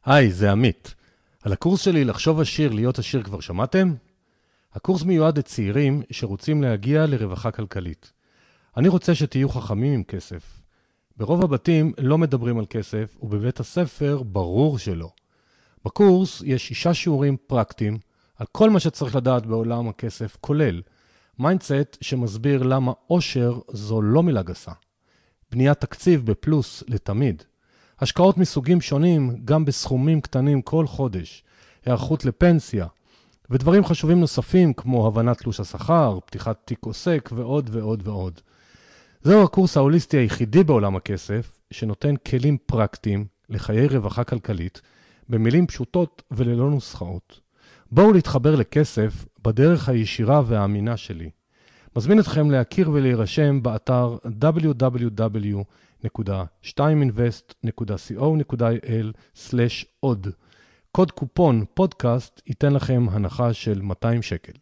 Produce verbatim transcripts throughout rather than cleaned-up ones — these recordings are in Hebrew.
היי, זה עמית. על הקורס שלי לחשוב עשיר, להיות עשיר כבר שמעתם? הקורס מיועד לצעירים שרוצים להגיע לרווחה כלכלית. אני רוצה שתהיו חכמים עם כסף. ברוב הבתים לא מדברים על כסף, ובבית הספר ברור שלא. בקורס יש שישה שיעורים פרקטיים על כל מה שצריך לדעת בעולם הכסף, כולל מיינדסט שמסביר למה עושר זו לא מילה גסה. בניית תקציב בפלוס לתמיד. השקעות מסוגים שונים גם בסכומים קטנים כל חודש. היערכות לפנסיה. ודברים חשובים נוספים כמו הבנת תלוש השכר, פתיחת תיק עוסק ועוד ועוד ועוד. זהו הקורס ההוליסטי היחידי בעולם הכסף שנותן כלים פרקטיים לחיי רווחה כלכלית במילים פשוטות וללא נוסחאות. בואו להתחבר לכסף בדרך הישירה והאמינה שלי. מזמין אתכם להכיר ולהירשם באתר דאבליו דאבליו דאבליו נקודה שתיים אינבסט נקודה קו נקודה איי אל סלש עוד. קוד קופון פודקאסט ייתן לכם הנחה של מאתיים שקל.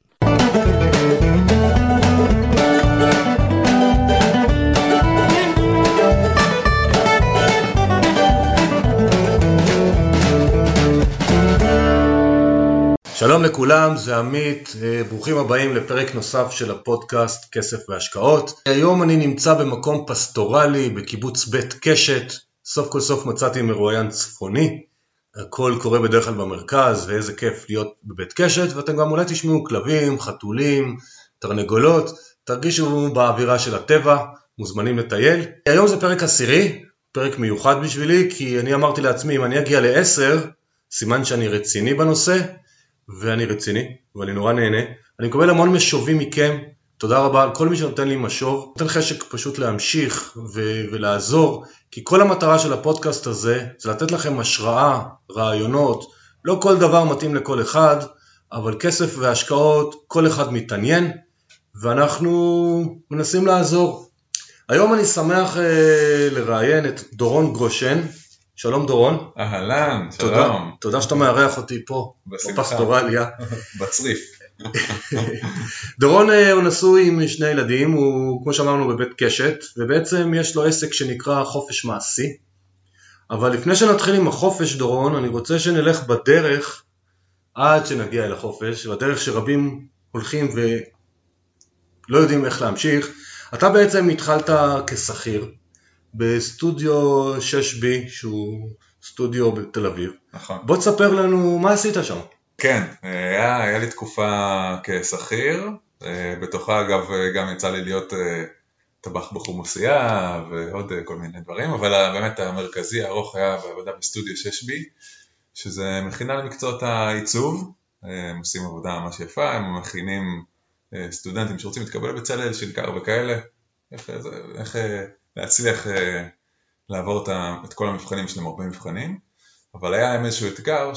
שלום לכולם, זה עמית, ברוכים הבאים לפרק נוסף של הפודקאסט כסף והשקעות. היום אני נמצא במקום פסטורלי בקיבוץ בית קשת, סוף כל סוף מצאתי מרואיין צפוני, הכל קורה בדרך כלל במרכז ואיזה כיף להיות בבית קשת, ואתם גם אולי תשמעו כלבים, חתולים, תרנגולות, תרגישו באווירה של הטבע, מוזמנים לטייל. היום זה פרק עשירי, פרק מיוחד בשבילי, כי אני אמרתי לעצמי אם אני אגיע לעשר, סימן שאני רציני בנושא, ואני רציני, ואני נורא נהנה. אני מקבל המון משובים מכם, תודה רבה על כל מי שנותן לי משוב. נותן חשק פשוט להמשיך ו- ולעזור, כי כל המטרה של הפודקאסט הזה, זה לתת לכם השראה, רעיונות, לא כל דבר מתאים לכל אחד, אבל כסף והשקעות, כל אחד מתעניין, ואנחנו מנסים לעזור. היום אני שמח אה, לראיין את דורון גושן, שלום דורון. אהלן, שלום. תודה, תודה שאתה מארח אותי פה, בפסטורליה. בצריף. דורון הוא נשוי עם שני ילדים, הוא כמו שאמרנו בבית קשת, ובעצם יש לו עסק שנקרא חופש מעשי. אבל לפני שנתחיל עם החופש דורון, אני רוצה שנלך בדרך עד שנגיע אל החופש, בדרך שרבים הולכים ולא יודעים איך להמשיך. אתה בעצם התחלת כשכיר, בסטודיו שש בי, שהוא סטודיו בתל אביב. נכון. בוא תספר לנו מה עשית שם. כן, היה, היה לי תקופה כשכיר, בתוכה אגב גם יצא לי להיות טבח בחומוסייה ועוד כל מיני דברים, אבל באמת המרכזי הארוך היה בעבודה בסטודיו שש בי, שזה מכינה למקצועות העיצוב, הם עושים עבודה ממש יפה, הם מכינים סטודנטים שרוצים להתקבל בצלאל, שנקר וכאלה, איך, איך להצליח לעבור את כל המבחנים שלהם, הרבה מבחנים, אבל היה איזשהו אתגר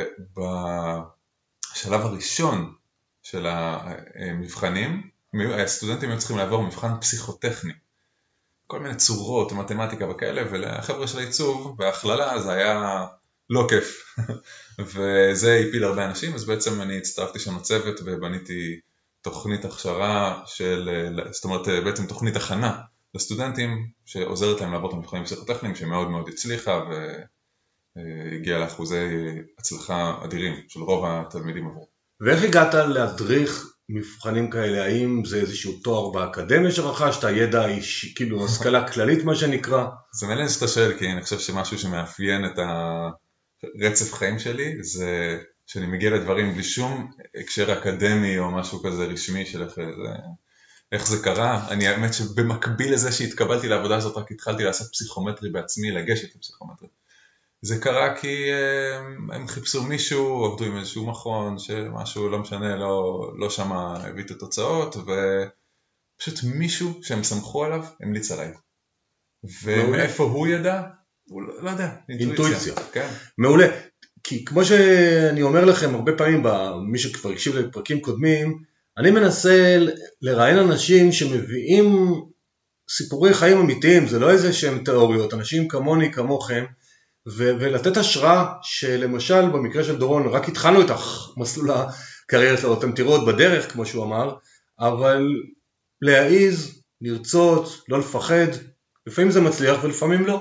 שבשלב הראשון של המבחנים, הסטודנטים היו צריכים לעבור מבחן פסיכוטכני, כל מיני צורות, מתמטיקה וכאלה, ולחבר'ה של העיצוב וההכללה זה היה לא כיף, וזה הפיל הרבה אנשים, אז בעצם אני הצטרפתי שם לצוות ובניתי תוכנית הכשרה של, זאת אומרת בעצם תוכנית הכנה, לסטודנטים שעוזרת להם לעבור את המבחנים פסיכוטכניים שמאוד מאוד הצליחה והגיעה לאחוזי הצלחה אדירים של רוב התלמידים עבור. ואיך הגעת להדריך מבחנים כאלה? האם זה איזשהו תואר באקדמיה שרכשת, הידע אישי, כאילו השכלה כללית מה שנקרא? זה מעניין שאתה שואל, כי אני חושב שמשהו שמאפיין את הרצף חיים שלי זה שאני מגיע לדברים בלי שום הקשר אקדמי או משהו כזה רשמי של איך זה... איך זה קרה? אני האמת שבמקביל לזה שהתקבלתי לעבודה הזאת רק התחלתי לעשות פסיכומטרי בעצמי, לגשת לפסיכומטרי. זה קרה כי הם, הם חיפשו מישהו, עבדו עם איזשהו מכון, שמשהו לא משנה, לא, לא שמה הביא את התוצאות, ופשוט מישהו שהם סמכו עליו, המליץ עליי. ומאיפה הוא ידע? הוא לא, לא יודע, אינטואיציה. אינטואיציה. כן. מעולה. כי כמו שאני אומר לכם הרבה פעמים, מי שכבר הקשיב לפרקים קודמים, אני מנסה לראיין אנשים שמביאים סיפורי חיים אמיתיים, זה לא איזה שהם תיאוריות, אנשים כמוני, כמוכם, ו- ולתת השראה שלמשל במקרה של דורון, רק התחלנו את המסלול הקריירה שלו, אתם תראו עוד בדרך כמו שהוא אמר, אבל להעיז, לרצות, לא לפחד, לפעמים זה מצליח ולפעמים לא.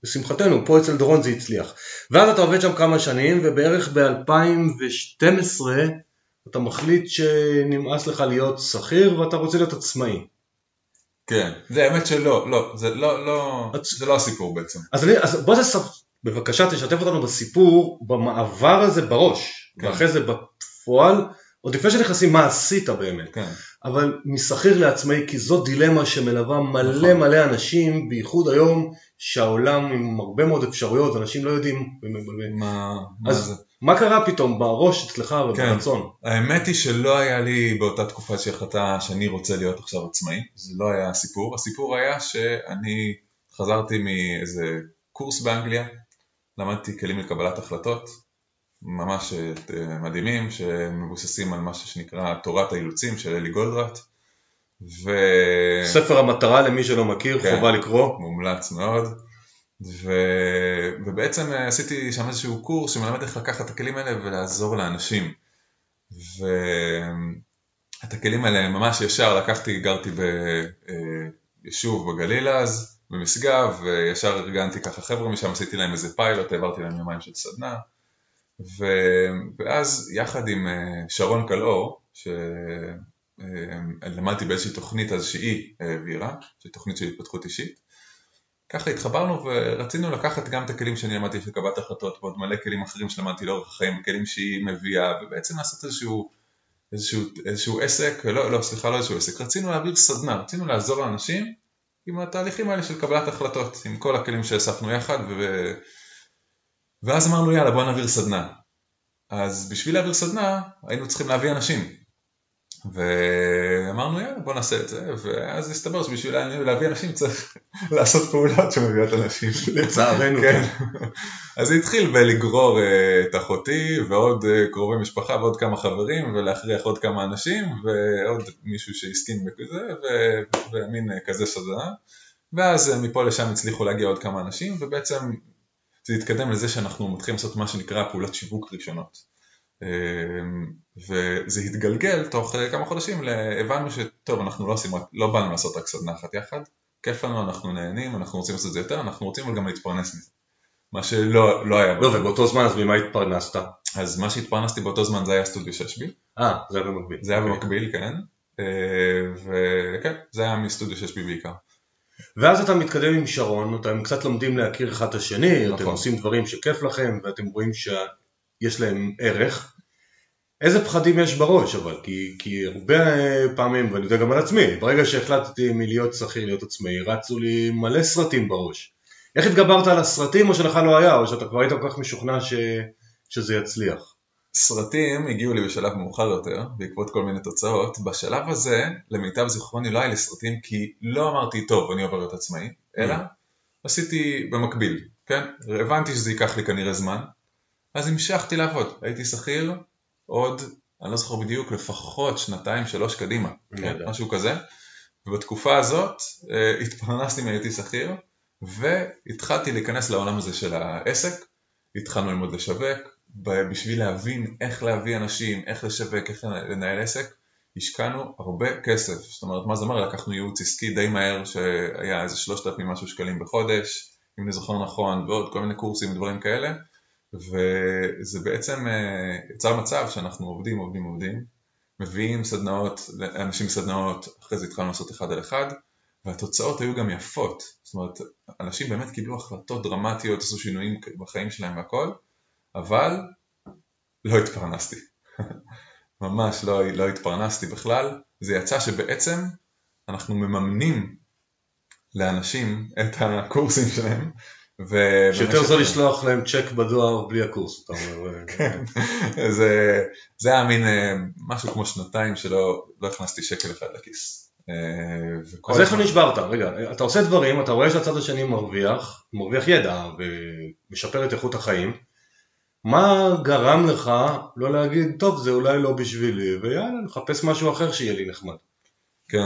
בשמחתנו, פה אצל דורון זה הצליח. ואז אתה עובד שם כמה שנים, ובערך ב-אלפיים ושתים עשרה אתה מחליט שנמאס לך להיות שכיר, ואתה רוצה להיות עצמאי. כן, זה האמת שלא, לא, זה לא, לא, זה לא הסיפור בעצם. אז, אני, אז בוא תספר, בבקשה תשתף אותנו בסיפור, במעבר הזה בראש, כן. ואחרי זה בפועל, עוד לפני שנכנסים מה עשית באמת, כן. אבל משכיר לעצמאי, כי זו דילמה שמלווה מלא נכון. מלא אנשים, בייחוד היום שהעולם עם הרבה מאוד אפשרויות, אנשים לא יודעים מה, אז מה, זה? מה קרה פתאום בראש אצלך וברצון? כן. האמת היא שלא היה לי באותה תקופה שהחלטה שאני רוצה להיות עכשיו עצמאי, זה לא היה הסיפור, הסיפור היה שאני חזרתי מאיזה קורס באנגליה, למדתי כלים לקבלת החלטות, ממש מדהימים, שמבוססים על משהו שנקרא תורת האילוצים של אלי גולדראט. ו... ספר המטרה למי שלא מכיר, כן, חובה לקרוא. מומלץ מאוד. ו... ובעצם עשיתי שם איזשהו קורס שמלמד איך לקחת את הכלים האלה ולעזור לאנשים. ואת הכלים האלה ממש ישר לקחתי, גרתי ביישוב בגליל אז, במשגב, וישר ארגנתי ככה חבר'ה משם, עשיתי להם איזה פיילוט, העברתי להם יומיים של סדנה. ו... ואז יחד עם שרון קלאור, שלמדתי באיזושהי תוכנית אז שהיא העבירה, שהיא תוכנית של התפתחות אישית, ככה התחברנו ורצינו לקחת גם את הכלים שאני למדתי של קבלת החלטות, ועוד מלא כלים אחרים שלמדתי לאורך החיים, כלים שהיא מביאה, ובעצם לעשות איזשהו, איזשהו, איזשהו עסק, לא, לא, סליחה, לא איזשהו עסק, רצינו להעביר סדנה, רצינו לעזור לאנשים עם התהליכים האלה של קבלת החלטות, עם כל הכלים שאספנו יחד, ו... ואז אמרנו יאללה בוא נעביר סדנה. אז בשביל להעביר סדנה היינו צריכים להביא אנשים. ואמרנו יאללה בוא נעשה את זה, ואז הסתבר שבשביל להביא אנשים צריך לעשות פעולות שמביאות אנשים. לצערנו. כן. אז זה התחיל בלגרור את אחותי ועוד קרובי משפחה ועוד כמה חברים ולהכריח עוד כמה אנשים ועוד מישהו שהסכים בכזה ומין כזה סדנה. ואז מפה לשם הצליחו להגיע עוד כמה אנשים ובעצם זה התקדם לזה שאנחנו מתחילים לעשות מה שנקרא פעולת שיווק ראשונות. וזה התגלגל תוך כמה חודשים, הבנו שטוב, אנחנו לא עושים, לא באנו לעשות רק סדנה אחת יחד, כיף לנו, אנחנו נהנים, אנחנו רוצים לעשות את זה יותר, אנחנו רוצים גם להתפרנס מזה. מה שלא לא היה. לא, ובאותו זמן אז ממה התפרנסת? אז מה שהתפרנסתי באותו זמן זה היה סטודיו שש בי. אה, זה היה במקביל. זה היה במקביל, כן. וכן, זה היה מסטודיו שש בי בעיקר. ואז אתה מתקדם עם שרון, אתם קצת לומדים להכיר אחד את השני, נכון. אתם עושים דברים שכיף לכם, ואתם רואים שיש להם ערך. איזה פחדים יש בראש, אבל, כי, כי הרבה פעמים, ואני יודע גם על עצמי, ברגע שהחלטתי מלהיות שכיר, להיות עצמאי, רצו לי מלא סרטים בראש. איך התגברת על הסרטים, או שלך לא היה, או שאתה כבר היית כל כך משוכנע ש, שזה יצליח? סרטים הגיעו לי בשלב מאוחר יותר, בעקבות כל מיני תוצאות. בשלב הזה, למיטב זיכרוני, לא היה לי סרטים, כי לא אמרתי, טוב, אני עובר להיות עצמאי, אלא עשיתי במקביל, כן? הבנתי שזה ייקח לי כנראה זמן, אז המשכתי לעבוד. הייתי שכיר עוד, אני לא זוכר בדיוק, לפחות שנתיים, שלוש קדימה, כן? משהו כזה. ובתקופה הזאת התפרנסתי מהייתי שכיר, והתחלתי להיכנס לעולם הזה של העסק, התחלנו ללמוד לשווק, בשביל להבין איך להביא אנשים, איך לשווק, איך לנהל עסק, השקענו הרבה כסף. זאת אומרת, מה זה אומר? לקחנו ייעוץ עסקי די מהר, שהיה איזה שלושת אלפים משהו שקלים בחודש, אם אני זוכר נכון, ועוד כל מיני קורסים ודברים כאלה, וזה בעצם יצר מצב שאנחנו עובדים, עובדים, עובדים, מביאים סדנאות, אנשים סדנאות, אחרי זה התחלנו לעשות אחד על אחד, והתוצאות היו גם יפות. זאת אומרת, אנשים באמת קיבלו החלטות דרמטיות, עשו שינויים בחיים שלהם והכל, אבל לא התפרנסתי. ממש לא, לא התפרנסתי בכלל. זה יצא שבעצם אנחנו מממנים לאנשים את הקורסים שלהם. שיותר זו לשלוח להם צ'ק בדואר בלי הקורס, אתה אומר. כן, זה, זה היה מין משהו כמו שנתיים שלא לא הכנסתי שקל אחד לכיס. אז איך לא נשברת? רגע, אתה עושה דברים, אתה רואה שהצד השני מרוויח, מרוויח ידע ומשפר את איכות החיים. מה גרם לך לא להגיד, טוב, זה אולי לא בשבילי, ויאללה, נחפש משהו אחר שיהיה לי נחמד? כן.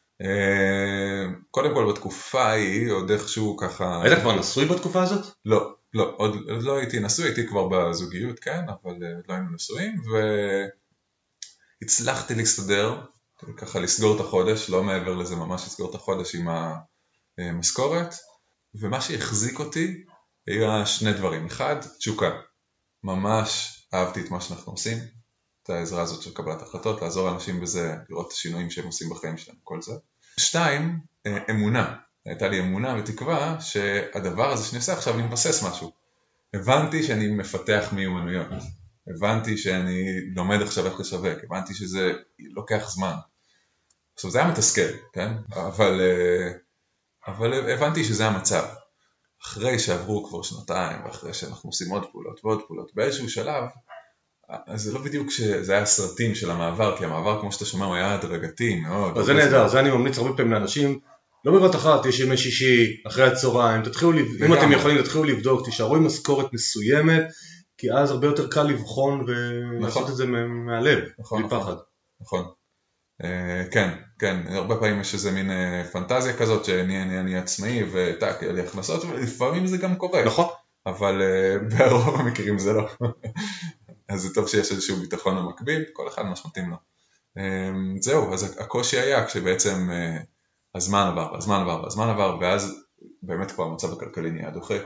קודם כל בתקופה ההיא, עוד איכשהו ככה... היית כבר נשוי בתקופה הזאת? לא, לא, עוד לא הייתי נשוי, הייתי כבר בזוגיות, כן, אבל לא היינו נשואים, והצלחתי להסתדר, ככה לסגור את החודש, לא מעבר לזה ממש לסגור את החודש עם המשכורת, ומה שהחזיק אותי היה שני דברים. אחד, תשוקה. ממש אהבתי את מה שאנחנו עושים, את העזרה הזאת של קבלת החלטות, לעזור לאנשים בזה, לראות את השינויים שהם עושים בחיים שלהם, כל זה. שתיים, אמונה. הייתה לי אמונה ותקווה שהדבר הזה שאני עושה עכשיו נבסס משהו. הבנתי שאני מפתח מיומנויות. הבנתי שאני לומד עכשיו איך לשווק. הבנתי שזה לוקח זמן. עכשיו זה היה מתסכל, כן? אבל, אבל הבנתי שזה המצב. אחרי שעברו כבר שנתיים, ואחרי שאנחנו עושים עוד פעולות ועוד פעולות, באיזשהו שלב, אז זה לא בדיוק שזה היה סרטים של המעבר, כי המעבר, כמו שאתה שומע, הוא היה הדרגתי מאוד. אז זה נהדר, זה אני ממליץ הרבה פעמים לאנשים, לא בבת אחת, יש ימי שישי, אחרי הצהריים, תתחילו, אם אתם יכולים, תתחילו לבדוק, תישארו עם משכורת מסוימת, כי אז הרבה יותר קל לבחון ולעשות את זה מהלב, בלי פחד. נכון. כן, כן, הרבה פעמים יש איזה מין פנטזיה כזאת שאני עצמאי וטק, יהיה לי הכנסות, ולפעמים זה גם קורה. נכון. אבל ברוב המקרים זה לא. אז זה טוב שיש איזשהו ביטחון המקביל, כל אחד מה שמתאים לו. זהו, אז הקושי היה כשבעצם הזמן עבר, הזמן עבר, הזמן עבר, ואז באמת כבר המצב הכלכלי נהיה דוחק.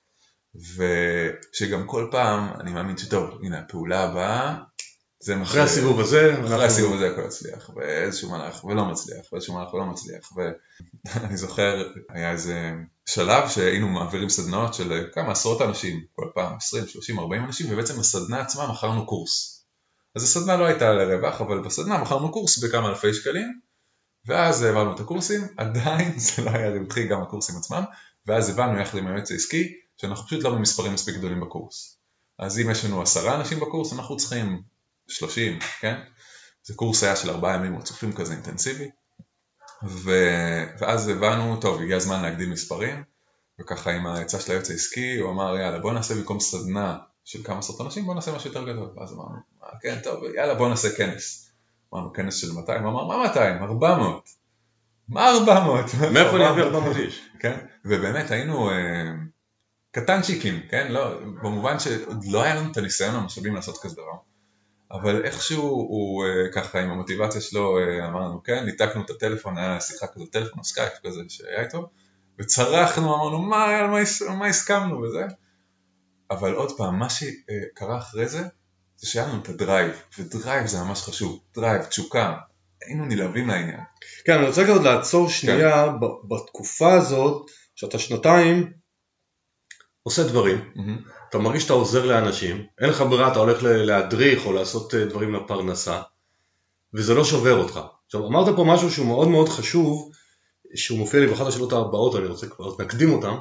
ושגם כל פעם אני מאמין שטוב, הנה הפעולה הבאה, אחרי הסיבוב הזה, אחרי הסיבוב הזה הכל הצליח, ואיזשהו מלאך ולא מצליח, ואיזשהו מלאך ולא מצליח, ואני זוכר, היה איזה שלב שהיינו מעבירים סדנאות של כמה עשרות אנשים, כל פעם, עשרים, שלושים, ארבעים אנשים, ובעצם בסדנה עצמה מכרנו קורס. אז הסדנה לא הייתה לרווח, אבל בסדנה מכרנו קורס בכמה אלפי שקלים, ואז העברנו את הקורסים, עדיין זה לא היה רווחי גם הקורסים עצמם, ואז הבנו יחד עם היועץ העסקי, שאנחנו פשוט לא במספרים מספיק גדולים בקורס. אז אם יש לנו עשרה אנשים בקורס, אנחנו צריכים שלושים, כן? זה קורס היה של ארבעה ימים רצופים כזה אינטנסיבי, ו... ואז הבנו, טוב, הגיע הזמן להגדיל מספרים, וככה עם העצה של היועץ העסקי, הוא אמר, יאללה, בוא נעשה במקום סדנה של כמה עשרות אנשים, בוא נעשה משהו יותר גדול. ואז אמרנו, כן, טוב, יאללה, בוא נעשה כנס. אמרנו, כנס של מאתיים, הוא אמר, מה מאתיים? ארבע מאות. מה ארבע מאות? מאיפה אני אביא ארבע מאות איש? כן, ובאמת היינו אה, קטנצ'יקים, כן? לא, במובן שעוד לא היה לנו את הניסיון המשאבים לעשות כזה דבר. אבל איכשהו הוא ככה עם המוטיבציה שלו אמרנו כן, ניתקנו את הטלפון, היה שיחה כזה, טלפון או סקייפ כזה שהיה איתו, וצרחנו, אמרנו מה, מה, מה הסכמנו וזה, אבל עוד פעם, מה שקרה אחרי זה, זה שהיה לנו את הדרייב, ודרייב זה ממש חשוב, דרייב, תשוקה, היינו נלהבים לעניין. כן, אני רוצה עוד לעצור שנייה, כן. בתקופה הזאת, שאתה שנתיים עושה דברים, mm-hmm. אתה מרגיש שאתה עוזר לאנשים, אין לך ברירה, אתה הולך להדריך או לעשות דברים לפרנסה, וזה לא שובר אותך. עכשיו, אמרת פה משהו שהוא מאוד מאוד חשוב, שהוא מופיע לי באחת השאלות הבאות, אני רוצה כבר נקדים אותם,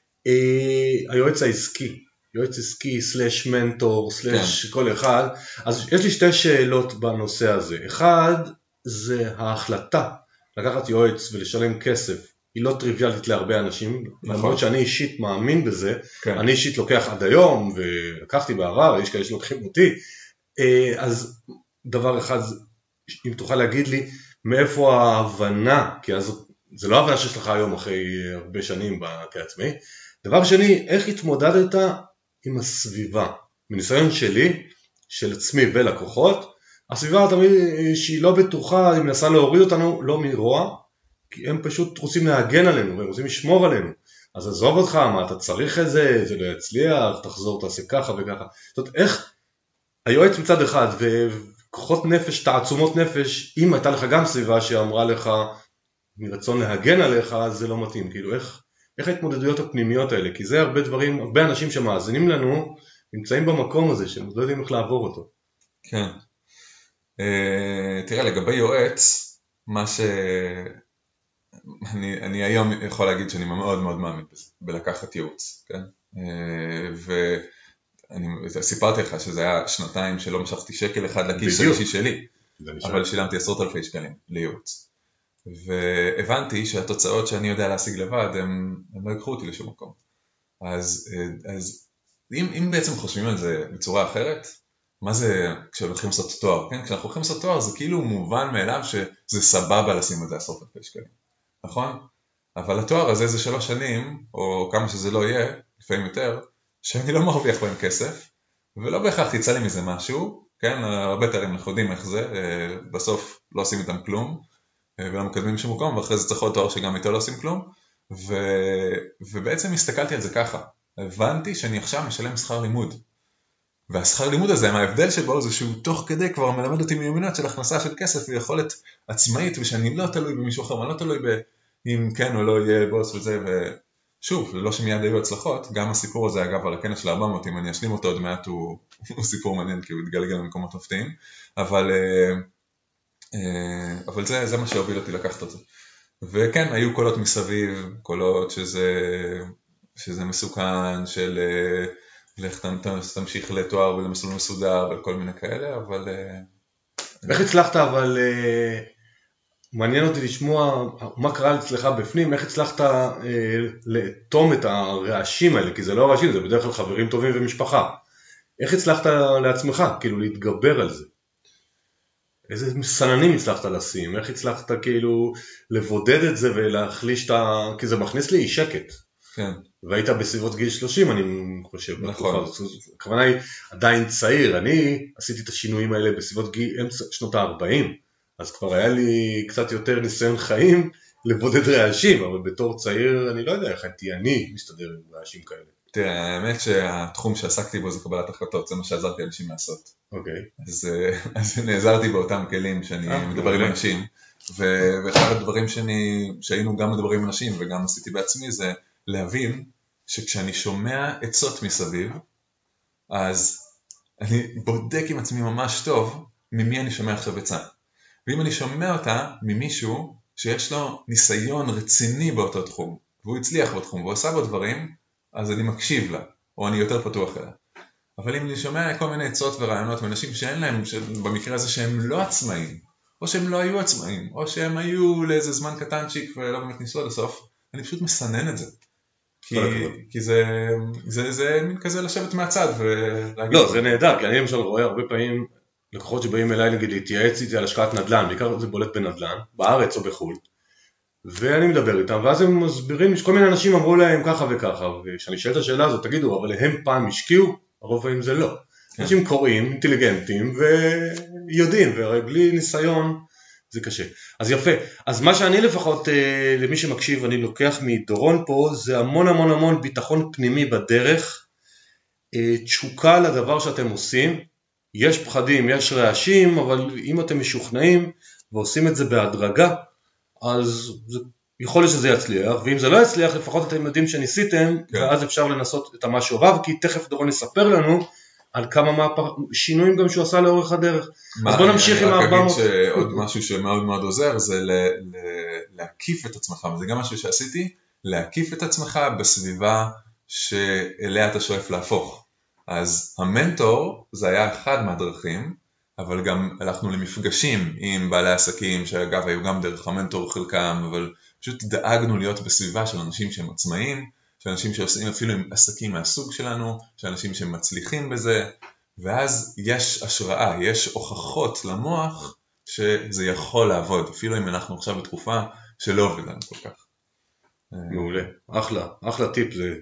היועץ העסקי, יועץ עסקי, סלש מנטור, סלש כן. כל אחד, אז יש לי שתי שאלות בנושא הזה. אחד, זה ההחלטה לקחת יועץ ולשלם כסף, היא לא טריוויאלית להרבה אנשים, נכון. למרות שאני אישית מאמין בזה, כן. אני אישית לוקח עד היום, ולקחתי בעבר, יש כאלה שלוקחים אותי, אז דבר אחד, אם תוכל להגיד לי, מאיפה ההבנה, כי אז זה לא הבנה שיש לך היום אחרי הרבה שנים כעצמי, דבר שני, איך התמודדת עם הסביבה, מניסיון שלי, של עצמי ולקוחות, הסביבה תמיד שהיא לא בטוחה, היא מנסה להוריד אותנו, לא מרוע, כי הם פשוט רוצים להגן עלינו, והם רוצים לשמור עלינו. אז עזוב אותך, מה אתה צריך את זה, זה לא יצליח, תחזור, תעשה ככה וככה. זאת אומרת, איך היועץ מצד אחד, וכוחות נפש, תעצומות נפש, אם הייתה לך גם סביבה שאמרה לך, מרצון להגן עליך, זה לא מתאים. כאילו, איך, איך ההתמודדויות הפנימיות האלה? כי זה הרבה דברים, הרבה אנשים שמאזינים לנו, נמצאים במקום הזה, שהם לא יודעים איך לעבור אותו. כן. תראה, לגבי יועץ, מה ש... אני, אני היום יכול להגיד שאני מאוד מאוד מאמין בלקחת ייעוץ, כן? ואני סיפרתי לך שזה היה שנתיים שלא משכתי שקל אחד לכיס האישי שלי, אבל שילמתי עשרות אלפי שקלים לייעוץ. והבנתי שהתוצאות שאני יודע להשיג לבד, הם, הם לא יקחו אותי לשום מקום. אז, אז אם, אם בעצם חושבים על זה בצורה אחרת, מה זה כשהולכים לעשות תואר? כן? כשאנחנו הולכים לעשות תואר זה כאילו מובן מאליו שזה סבבה לשים את זה עשרות אלפי שקלים. נכון? אבל התואר הזה זה שלוש שנים, או כמה שזה לא יהיה, לפעמים יותר, שאני לא מרוויח בהם כסף, ולא בהכרח יצא לי מזה משהו, כן? הרבה תארים אנחנו יודעים איך זה, בסוף לא עושים איתם כלום, ולא מקדמים שום מקום, ואחרי זה צריך עוד תואר שגם איתו לא עושים כלום, ו... ובעצם הסתכלתי על זה ככה, הבנתי שאני עכשיו משלם שכר לימוד, והשכר לימוד הזה, ההבדל שבו זה שהוא תוך כדי כבר מלמד אותי מיומנות של הכנסה של כסף ויכולת עצמאית, ושאני לא תלוי במישהו אחר, אני לא תלוי אם כן או לא יהיה בוס וזה, ושוב, לא שמיד היו הצלחות, גם הסיפור הזה אגב על הכנס של ארבע מאות, אם אני אשלים אותו עוד מעט הוא, הוא סיפור מעניין, כי הוא התגלגל למקומות מפתיעים, אבל, אבל זה, זה מה שהוביל אותי לקחת את זה. וכן, היו קולות מסביב, קולות שזה, שזה מסוכן, של לך תמשיך לתואר ולמסלול מסודר וכל מיני כאלה, אבל... איך הצלחת, אבל מעניין אותי לשמוע מה קרה אצלך בפנים, איך הצלחת לאטום את הרעשים האלה, כי זה לא הרעשים, זה בדרך כלל חברים טובים ומשפחה. איך הצלחת לעצמך, כאילו להתגבר על זה? איזה סננים הצלחת לשים, איך הצלחת כאילו לבודד את זה ולהחליש את ה... כי זה מכניס לי אי שקט. כן. והיית בסביבות גיל שלושים, אני חושב. נכון. הכוונה היא עדיין צעיר, אני עשיתי את השינויים האלה בסביבות גיל, אמצע שנות ה-ארבעים, אז כבר היה לי קצת יותר ניסיון חיים לבודד רעשים, אבל בתור צעיר אני לא יודע איך הייתי אני מסתדר עם רעשים כאלה. תראה, האמת שהתחום שעסקתי בו זה קבלת החלטות, זה מה שעזרתי אנשים לעשות. אוקיי. אז, אז נעזרתי באותם כלים שאני מדבר עם אנשים, ואחד הדברים שאני, שהיינו גם מדברים עם אנשים וגם עשיתי בעצמי, זה להבין שכשאני שומע עצות מסביב, אז אני בודק עם עצמי ממש טוב ממי אני שומע עכשיו עצה. ואם אני שומע אותה ממישהו שיש לו ניסיון רציני באותו תחום, והוא הצליח בתחום והוא עשה בו דברים, אז אני מקשיב לה, או אני יותר פתוח אליה. אבל אם אני שומע כל מיני עצות ורעיונות מאנשים שאין להם, במקרה הזה שהם לא עצמאים, או שהם לא היו עצמאים, או שהם היו לאיזה זמן קטנצ'יק ולא באמת ניסו עד הסוף, אני פשוט מסנן את זה. כי, כי זה, זה, זה מין כזה לשבת מהצד ולהגיד... לא, זה נהדר, כי אני למשל רואה הרבה פעמים לקוחות שבאים אליי נגיד להתייעץ איתי על השקעת נדל"ן, בעיקר זה בולט בנדל"ן, בארץ או בחו"ל, ואני מדבר איתם, ואז הם מסבירים, שכל מיני אנשים אמרו להם ככה וככה, וכשאני שואל את השאלה הזאת, תגידו, אבל הם פעם השקיעו? הרוב פעמים זה לא. כן. אנשים קוראים, אינטליגנטים, ויודעים, והרי בלי ניסיון זה קשה. אז יפה. אז מה שאני לפחות, למי שמקשיב, אני לוקח מדורון פה, זה המון המון המון ביטחון פנימי בדרך, תשוקה לדבר שאתם עושים, יש פחדים, יש רעשים, אבל אם אתם משוכנעים ועושים את זה בהדרגה, אז זה, יכול להיות שזה יצליח, ואם זה לא יצליח, לפחות אתם יודעים שניסיתם, כן. ואז אפשר לנסות את המשהו רב, כי תכף דורון יספר לנו על כמה מהפ... שינויים גם שהוא עשה לאורך הדרך. מה, אז בוא נמשיך עם ה-ארבע מאות. עוד משהו שמאוד מאוד עוזר, זה ל... ל... להקיף את עצמך, וזה גם משהו שעשיתי, להקיף את עצמך בסביבה שאליה אתה שואף להפוך. אז המנטור זה היה אחד מהדרכים, אבל גם הלכנו למפגשים עם בעלי עסקים, שאגב היו גם דרך המנטור חלקם, אבל פשוט דאגנו להיות בסביבה של אנשים שהם עצמאיים, של אנשים שעושים אפילו עם עסקים מהסוג שלנו, של אנשים שמצליחים בזה, ואז יש השראה, יש הוכחות למוח שזה יכול לעבוד, אפילו אם אנחנו עכשיו בתקופה שלא עובד לנו כל כך. מעולה, אחלה, אחלה טיפ זה.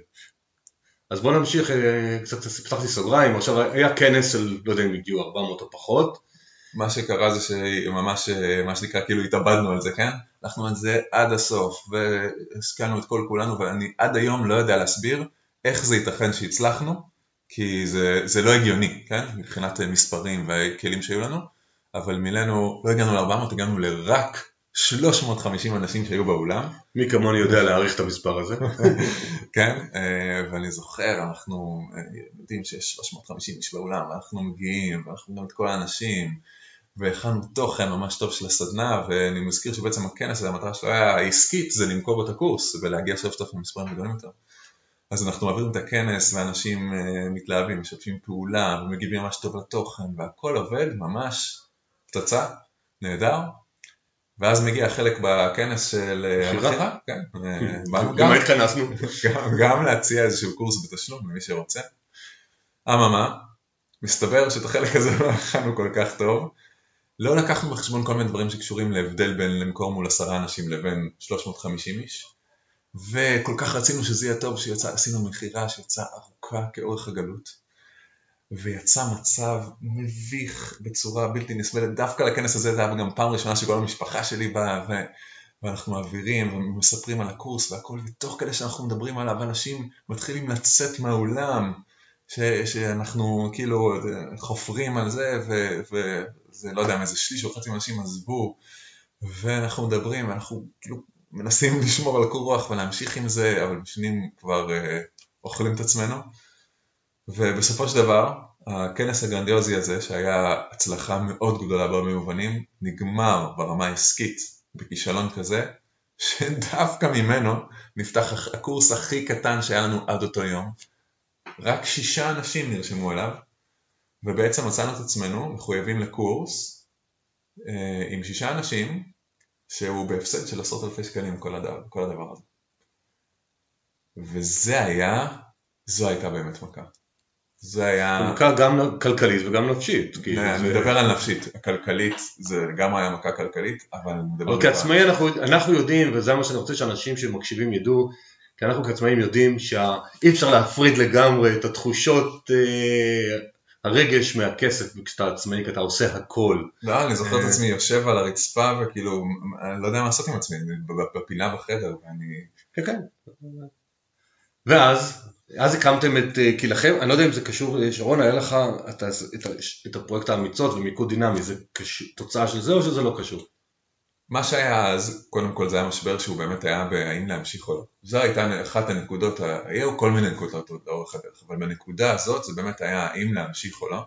אז בואו נמשיך, קצת פתחתי סוגריים, עכשיו היה כנס של, לא יודע אם הגיעו ארבע מאות או פחות. מה שקרה זה שממש, מה שנקרא, כאילו התאבדנו על זה, כן? אנחנו על זה עד הסוף, והשקענו את כל כולנו, ואני עד היום לא יודע להסביר איך זה ייתכן שהצלחנו, כי זה, זה לא הגיוני, כן? מבחינת מספרים והכלים שהיו לנו, אבל מילאנו, לא הגענו ל-ארבע מאות, הגענו לרק שלוש מאות וחמישים אנשים שהיו באולם. מי כמוני יודע להעריך את המספר הזה. כן, ואני זוכר, אנחנו יודעים שיש שלוש מאות וחמישים איש באולם, ואנחנו מגיעים, ואנחנו גם את כל האנשים, והכנו תוכן ממש טוב של הסדנה, ואני מזכיר שבעצם הכנס הזה, המטרה שלו היה העסקית, זה למכור את הקורס, ולהגיע שלושת אלפים מספרים גדולים יותר. אז אנחנו מעבירים את הכנס, ואנשים מתלהבים, משתפים פעולה, ומגיבים ממש טוב לתוכן, והכל עובד ממש פצצה, נהדר. ואז מגיע חלק בכנס של המחירה, כן, גם התכנסנו, גם להציע איזשהו קורס בתשלום למי שרוצה. אממה, מסתבר שאת החלק הזה לא הכנו כל כך טוב, לא לקחנו בחשבון כל מיני דברים שקשורים להבדל בין למכור מול עשרה אנשים לבין שלוש מאות וחמישים איש, וכל כך רצינו שזה יהיה טוב שיצא, עשינו מחירה שיצאה ארוכה כאורך הגלות, ויצא מצב מביך בצורה בלתי נסבלת, דווקא לכנס הזה זה היה גם פעם ראשונה שכל המשפחה שלי באה, ואנחנו מעבירים ומספרים על הקורס והכל, ותוך כדי שאנחנו מדברים עליו, אנשים מתחילים לצאת מהאולם, ש, שאנחנו כאילו חופרים על זה, וזה לא יודע, איזה שליש או חצי אנשים עזבו, ואנחנו מדברים, ואנחנו כאילו מנסים לשמור על קור רוח ולהמשיך עם זה, אבל בשנים כבר אה, אוכלים את עצמנו, ובסופו של דבר, הכנס הגרנדיוזי הזה, שהיה הצלחה מאוד גדולה בהרבה מובנים, נגמר ברמה העסקית בכישלון כזה, שדווקא ממנו נפתח הקורס הכי קטן שהיה לנו עד אותו יום. רק שישה אנשים נרשמו אליו, ובעצם מצאנו את עצמנו מחויבים לקורס אה, עם שישה אנשים, שהוא בהפסד של עשרות אלפי שקלים כל הדבר, כל הדבר הזה. וזה היה, זו הייתה באמת מכה. זה היה... מכה גם כלכלית וגם נפשית. אני מדבר על נפשית, הכלכלית זה גם היה מכה כלכלית, אבל אני מדבר... אבל כעצמאי אנחנו יודעים, וזה מה שאני רוצה שאנשים שמקשיבים ידעו, כי אנחנו כעצמאים יודעים שאי אפשר להפריד לגמרי את התחושות, הרגש מהכסף, וכשאתה עצמאי, כי אתה עושה הכל. לא, אני זוכר את עצמי יושב על הרצפה, וכאילו, אני לא יודע מה לעשות עם עצמי, בפינה בחדר, ואני... כן, כן. ואז... אז הקמתם את, כי לכם, אני לא יודע אם זה קשור, שרון, היה לך את, את, את הפרויקט האמיצות ומיקוד דינמי, זה קשור, תוצאה של זה או שזה לא קשור? מה שהיה אז, קודם כל זה היה משבר שהוא באמת היה בהאם להמשיך או לא. זו הייתה אחת הנקודות, היו כל מיני נקודות לאורך הדרך, אבל בנקודה הזאת זה באמת היה האם להמשיך או לא.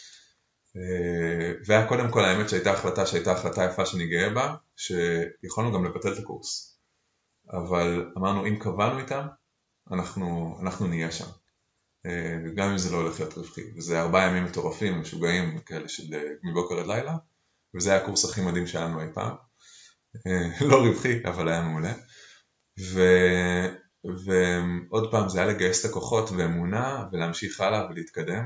והיה קודם כל האמת שהייתה החלטה, שהייתה החלטה יפה שאני גאה בה, שיכולנו גם לבטל את הקורס. אבל אמרנו, אם קבענו איתם, אנחנו, אנחנו נהיה שם, גם אם זה לא הולך להיות רווחי, וזה ארבעה ימים מטורפים, משוגעים כאלה של מבוקר עד לילה, וזה היה הקורס הכי מדהים שהיה לנו אי פעם, לא רווחי, אבל היה מעולה, ו, ועוד פעם זה היה לגייס את הכוחות ואמונה, ולהמשיך הלאה ולהתקדם,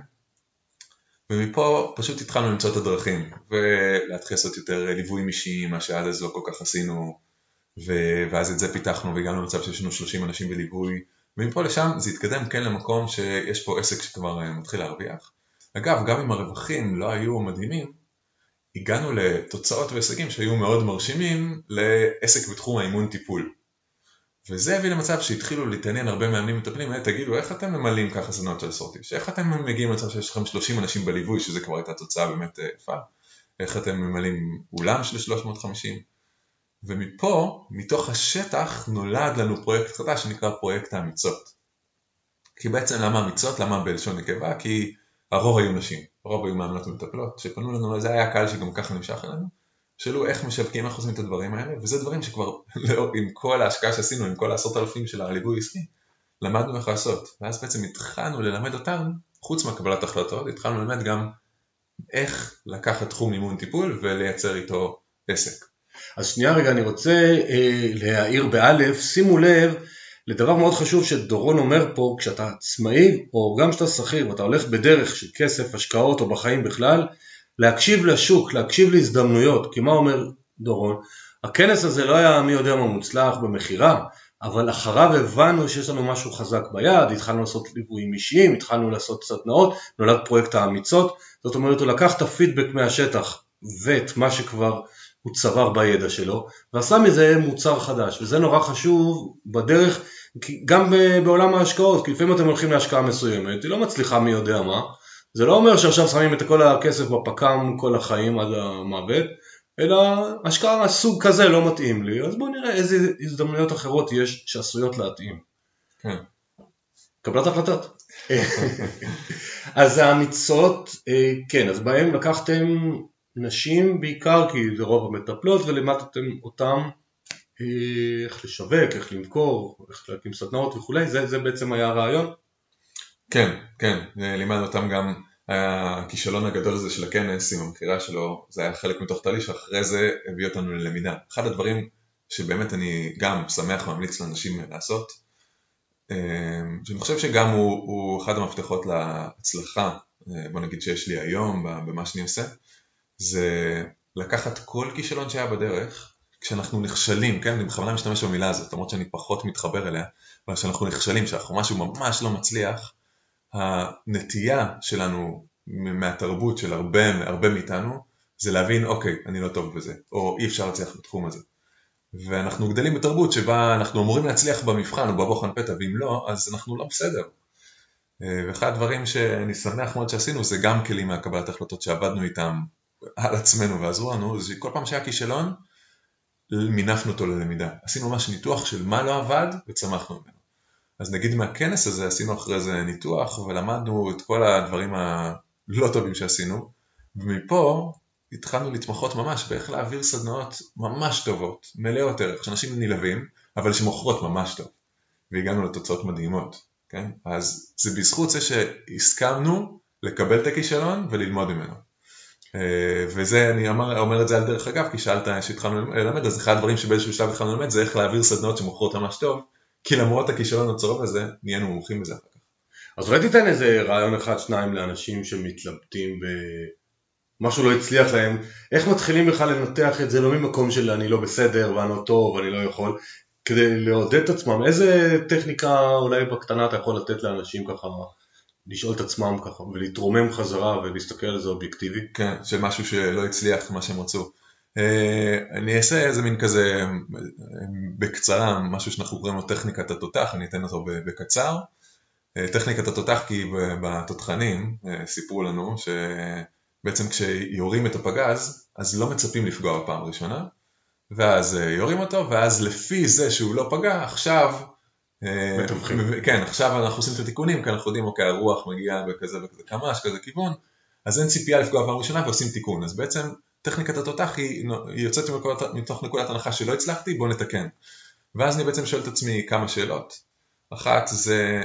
ומפה פשוט התחלנו למצוא את הדרכים, ולהתחיל לעשות יותר ליוויים אישיים, מה שעד אז לא כל כך עשינו, ואז את זה פיתחנו, והגענו למצב שיש לנו שלושים אנשים בליווי, ומפה לשם זה התקדם כן למקום שיש פה עסק שכבר מתחיל להרוויח. אגב, גם אם הרווחים לא היו מדהימים, הגענו לתוצאות והישגים שהיו מאוד מרשימים לעסק בתחום האימון טיפול. וזה הביא למצב שהתחילו להתעניין הרבה מאמנים מטפלים, תגידו, איך אתם ממלאים ככה סדנאות של ספורטיב? איך אתם מגיעים למצב שיש לכם שלושים אנשים בליווי, שזה כבר הייתה תוצאה באמת יפה? איך אתם ממלאים אולם של שלוש מאות וחמישים? ומפה, מתוך השטח, נולד לנו פרויקט חדש שנקרא פרויקט האמיצות. כי בעצם למה אמיצות? למה בלשון נקבה? כי הרוב היו נשים, הרוב היו מאמנות ומטפלות, שפנו לנו, זה היה קהל שגם ככה נמשך אלינו, שאלו איך משווקים, איך עושים את הדברים האלה, וזה דברים שכבר, עם כל ההשקעה שעשינו, עם כל העשרות אלפים של הליווי עסקי, למדנו איך לעשות. ואז בעצם התחלנו ללמד אותם, חוץ מהקבלת החלטות, התחלנו ללמד גם איך לקחת תחום אימון טיפול ולייצר איתו עסק. אז שנייה רגע, אני רוצה אה, להעיר באלף, שימו לב לדבר מאוד חשוב שדורון אומר פה, כשאתה עצמאי או גם כשאתה שכיר ואתה הולך בדרך של כסף, השקעות או בחיים בכלל, להקשיב לשוק, להקשיב להזדמנויות, כי מה אומר דורון? הכנס הזה לא היה מי יודע מה מוצלח במחירה, אבל אחריו הבנו שיש לנו משהו חזק ביד, התחלנו לעשות ליוויים אישיים, התחלנו לעשות סדנאות, נולד פרויקט האמיצות, זאת אומרת הוא לקח את הפידבק מהשטח ואת מה שכבר הוא צבר בידע שלו, ועשה מזה מוצר חדש, וזה נורא חשוב בדרך, גם בעולם ההשקעות, כי לפעמים אתם הולכים להשקעה מסוימת, היא לא מצליחה מי יודע מה, זה לא אומר שעכשיו שמים את כל הכסף בפקם כל החיים עד המוות, אלא השקעה סוג כזה לא מתאים לי, אז בואו נראה איזה הזדמנויות אחרות יש שעשויות להתאים. כן. קבלת החלטות. אז האמיצות, כן, אז בהם לקחתם נשים בעיקר, כי זה רוב המטפלות, ולמדתם אותם איך לשווק, איך למכור, איך להקים סדנאות וכו', זה, זה בעצם היה הרעיון? כן, כן, לימד אותם גם, הכישלון הגדול הזה של הכנס עם המחירה שלו, זה היה חלק מתוך תהליך, שאחרי זה הביא אותנו ללמידה. אחד הדברים שבאמת אני גם שמח ממליץ לאנשים לעשות, שאני חושב שגם הוא, הוא אחד המפתחות להצלחה, בוא נגיד שיש לי היום במה שאני עושה, זה לקחת כל כישלון שהיה בדרך, כשאנחנו נכשלים, כן, אני בכוונה משתמש במילה הזאת, למרות שאני פחות מתחבר אליה, אבל כשאנחנו נכשלים, שאנחנו משהו ממש לא מצליח, הנטייה שלנו מהתרבות של הרבה, הרבה מאיתנו, זה להבין, אוקיי, אני לא טוב בזה, או אי אפשר להצליח בתחום הזה. ואנחנו גדלים בתרבות שבה אנחנו אמורים להצליח במבחן או בבוחן פתע, ואם לא, אז אנחנו לא בסדר. ואחד הדברים שאני שמח מאוד שעשינו, זה גם כלים מהקבלת החלטות שעבדנו איתם על עצמנו ועזרו לנו, זה שכל פעם שהיה כישלון, מינפנו אותו ללמידה. עשינו ממש ניתוח של מה לא עבד וצמחנו ממנו. אז נגיד מהכנס הזה עשינו אחרי זה ניתוח ולמדנו את כל הדברים הלא טובים שעשינו, ומפה התחלנו להתמחות ממש באיך להעביר סדנאות ממש טובות, מלאות ערך, שאנשים נלהבים, אבל שמוכרות ממש טוב. והגענו לתוצאות מדהימות. כן? אז זה בזכות זה שהסכמנו לקבל את הכישלון וללמוד ממנו. וזה, אני אומר, אומר את זה על דרך אגב, כי שאלת שהתחלנו ללמד, אז אחד הדברים שבאיזשהו שלב התחלנו ללמד, זה איך להעביר סדנאות שמוכרות ממש טוב, כי למרות הכישלון הצורב הזה, נהיינו מומחים בזה אחר כך. אז אולי תיתן איזה רעיון אחד, שניים לאנשים שמתלבטים במשהו לא הצליח להם, איך מתחילים בכלל לנתח את זה, לא ממקום של אני לא בסדר ואני לא טוב ואני לא יכול, כדי לעודד את עצמם, איזה טכניקה אולי בקטנה אתה יכול לתת לאנשים ככה, לשאול את עצמם ככה, ולהתרומם חזרה ולהסתכל על זה אובייקטיבי? כן, של משהו שלא הצליח מה שהם רצו. אני אעשה איזה מין כזה, בקצרה, משהו שאנחנו קוראים לו טכניקת התותח, אני אתן אותו בקצר. טכניקת התותח כי בתותחנים סיפרו לנו שבעצם כשיורים את הפגז, אז לא מצפים לפגוע בפעם הראשונה, ואז יורים אותו, ואז לפי זה שהוא לא פגע, עכשיו, כן, עכשיו אנחנו עושים את התיקונים, כי אנחנו יודעים, אוקיי, הרוח מגיעה בכזה וכזה כמש, כזה כיוון, אז אין ציפייה לפגוע פעם ראשונה ועושים תיקון. אז בעצם טכניקת התותח היא, היא יוצאת מתוך נקודת הנחה שלא הצלחתי, בוא נתקן. ואז אני בעצם שואל את עצמי כמה שאלות. אחת זה,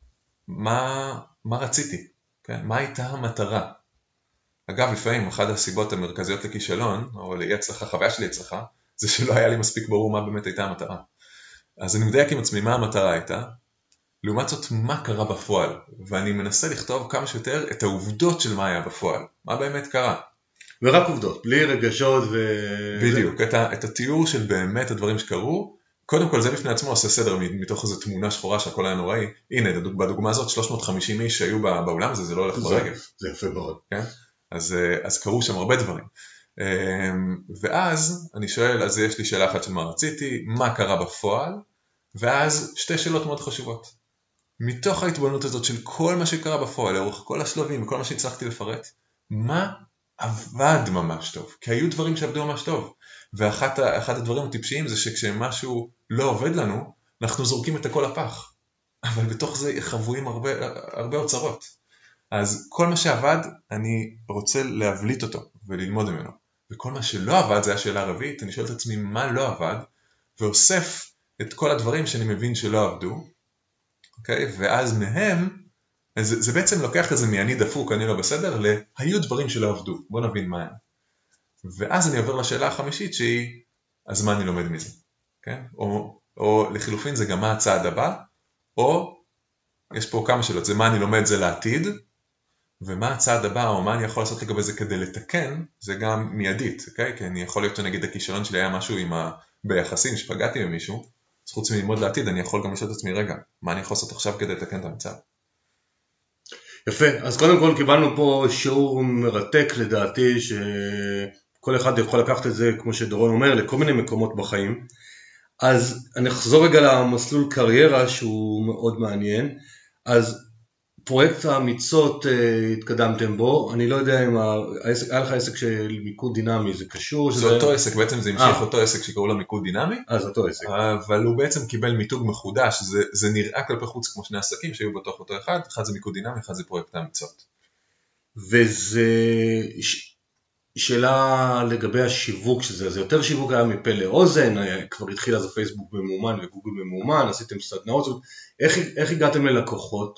מה, מה רציתי? כן? מה הייתה המטרה? אגב, לפעמים, אחת הסיבות המרכזיות לכישלון, או לאי הצלחה, חוויה שלי הצלחה, זה שלא היה לי מספיק ברור מה באמת הייתה המטרה. אז אני מדייק עם עצמי מה המטרה הייתה, לעומת זאת מה קרה בפועל, ואני מנסה לכתוב כמה שיותר את העובדות של מה היה בפועל, מה באמת קרה. ורק עובדות, בלי רגשות ו... בדיוק, את, ה, את התיאור של באמת הדברים שקרו, קודם כל זה בפני עצמו עושה סדר מתוך איזו תמונה שחורה שהכל היה נוראי, הנה בדוגמה הזאת שלוש מאות וחמישים איש שהיו באולם הזה, זה לא הולך ברגל. זה יפה מאוד. כן? אז, אז קרו שם הרבה דברים. ואז אני שואל, אז יש לי שאלה אחת של מה רציתי, מה קרה בפועל, ואז שתי שאלות מאוד חשובות. מתוך ההתבוננות הזאת של כל מה שקרה בפועל, לאורך כל השלבים וכל מה שהצלחתי לפרט, מה עבד ממש טוב? כי היו דברים שעבדו ממש טוב. ואחת אחד הדברים הטיפשיים זה שכשמשהו לא עובד לנו, אנחנו זורקים את הכל לפח. אבל בתוך זה חבויים הרבה, הרבה אוצרות. אז כל מה שעבד, אני רוצה להבליט אותו וללמוד ממנו. וכל מה שלא עבד, זה השאלה הרביעית, אני שואל את עצמי מה לא עבד, ואוסף את כל הדברים שאני מבין שלא עבדו, אוקיי? ואז מהם, זה, זה בעצם לוקח את זה מעני דפוק, אני לא בסדר, להיו דברים שלא עבדו, בוא נבין מה הם. ואז אני עובר לשאלה החמישית שהיא, אז מה אני לומד מזה? כן? או, או לחילופין זה גם מה הצעד הבא, או יש פה כמה שאלות, זה מה אני לומד זה לעתיד, ומה הצעד הבא, או מה אני יכול לעשות לגבי זה כדי לתקן, זה גם מיידית, אוקיי? כי אני יכול להיות שנגיד הכישלון שלי היה משהו עם ה... ביחסים שפגעתי במישהו, אז חוץ מללמוד לעתיד, אני יכול גם לשאול את עצמי, רגע, מה אני יכול לעשות עכשיו כדי לתקן את המצב? יפה, אז קודם כל קיבלנו פה שיעור מרתק לדעתי, שכל אחד יכול לקחת את זה, כמו שדורון אומר, לכל מיני מקומות בחיים. אז אני אחזור רגע למסלול קריירה שהוא מאוד מעניין. אז פרויקט האמיצות התקדמתם בו, אני לא יודע אם היה לך עסק של מיקוד דינמי, זה קשור? זה אותו עסק, בעצם זה המשיך אותו עסק שקראו לו מיקוד דינמי, אז אותו עסק. אבל הוא בעצם קיבל מיתוג מחודש, זה נראה כלפי חוץ כמו שני עסקים שהיו בתוך אותו אחד, אחד זה מיקוד דינמי, אחד זה פרויקט האמיצות. וזה שאלה לגבי השיווק שזה, זה יותר שיווק היה מפה לאוזן, כבר התחיל אז הפייסבוק במומן וגוגל במומן, עשיתם סדנאות, איך, איך הגעתם ללקוחות?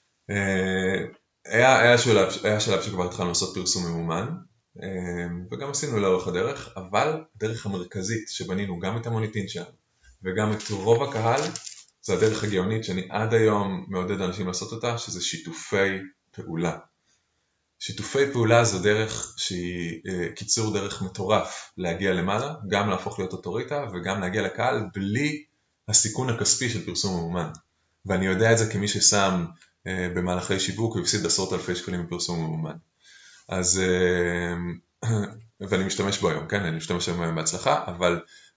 היה, היה, שלב, היה שלב שכבר התחלנו לעשות פרסום ממומן, וגם עשינו לאורך הדרך, אבל הדרך המרכזית שבנינו גם את המוניטין שלנו, וגם את רוב הקהל, זה הדרך הגאונית שאני עד היום מעודד אנשים לעשות אותה, שזה שיתופי פעולה. שיתופי פעולה זו דרך שהיא קיצור דרך מטורף להגיע למעלה, גם להפוך להיות אוטוריטה, וגם להגיע לקהל בלי הסיכון הכספי של פרסום ממומן. ואני יודע את זה כמי ששם במהלכי שיווק והפסיד עשרות אלפי שקלים בפרסום ממומן. אז, ואני משתמש בו היום, כן? אני משתמש בו היום בהצלחה, אבל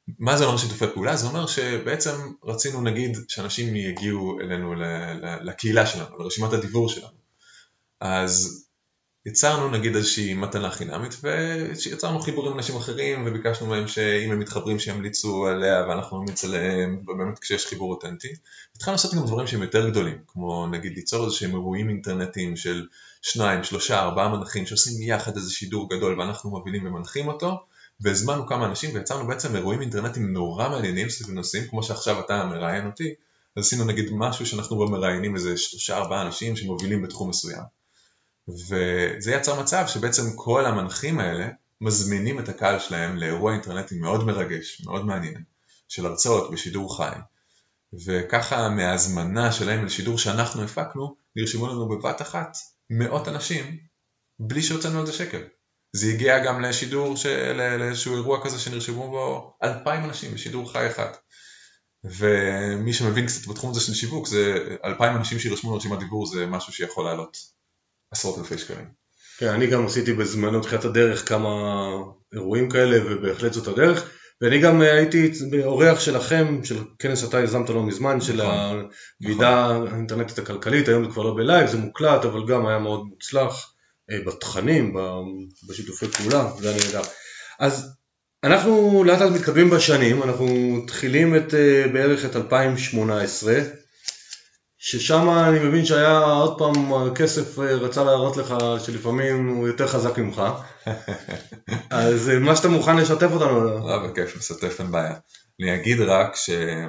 מה זה אומר שיתופי פעולה? זה אומר שבעצם רצינו נגיד שאנשים יגיעו אלינו לקהילה שלנו, לרשימת הדיבור שלנו. אז יצרנו נגיד איזושהי מתנה חינמית, ויצרנו חיבורים עם אנשים אחרים, וביקשנו מהם שאם הם מתחברים שימליצו עליה, ואנחנו נמליץ עליהם, ובאמת כשיש חיבור אותנטי. התחלנו לעשות גם דברים שהם יותר גדולים, כמו נגיד ליצור איזשהם אירועים אינטרנטיים של שניים, שלושה, ארבעה מנחים, שעושים יחד איזה שידור גדול, ואנחנו מובילים ומנחים אותו, והזמנו כמה אנשים, ויצרנו בעצם אירועים אינטרנטיים נורא מעניינים סביב נושאים, כמו שעכשיו אתה מראיין אותי, אז עשינו נגיד משהו שאנחנו לא מראיינים איזה שלושה, ארבעה אנשים שמובילים בתחום מסוים. וזה יצר מצב שבעצם כל המנחים האלה מזמינים את הקהל שלהם לאירוע אינטרנטי מאוד מרגש, מאוד מעניין, של הרצאות בשידור חי. וככה מההזמנה שלהם לשידור שאנחנו הפקנו, נרשמו לנו בבת אחת מאות אנשים, בלי שהוצאנו על זה שקל. זה הגיע גם לשידור, של, לאיזשהו אירוע כזה שנרשמו בו אלפיים אנשים בשידור חי אחד. ומי שמבין קצת בתחום הזה של שיווק, זה אלפיים אנשים שירשמו לרשימת דיבור, זה משהו שיכול לעלות עשרות אלפי שקלים. כן, אני גם עשיתי בזמנו תחילת הדרך כמה אירועים כאלה, ובהחלט זאת הדרך. ואני גם הייתי באורח שלכם, של כנס שאתה יזמת לא מזמן, של הוועידה האינטרנטית הכלכלית, היום זה כבר לא בלייב, זה מוקלט, אבל גם היה מאוד מוצלח בתכנים, בשיתופי פעולה, זה אני יודע. אז אנחנו לאט לאט מתקדמים בשנים, אנחנו מתחילים את, בערך את אלפיים שמונה עשרה, ששם אני מבין שהיה עוד פעם כסף רצה להראות לך שלפעמים הוא יותר חזק ממך. אז מה שאתה מוכן לשתף אותנו? לא, בכיף, לשתף אין בעיה. אני אגיד רק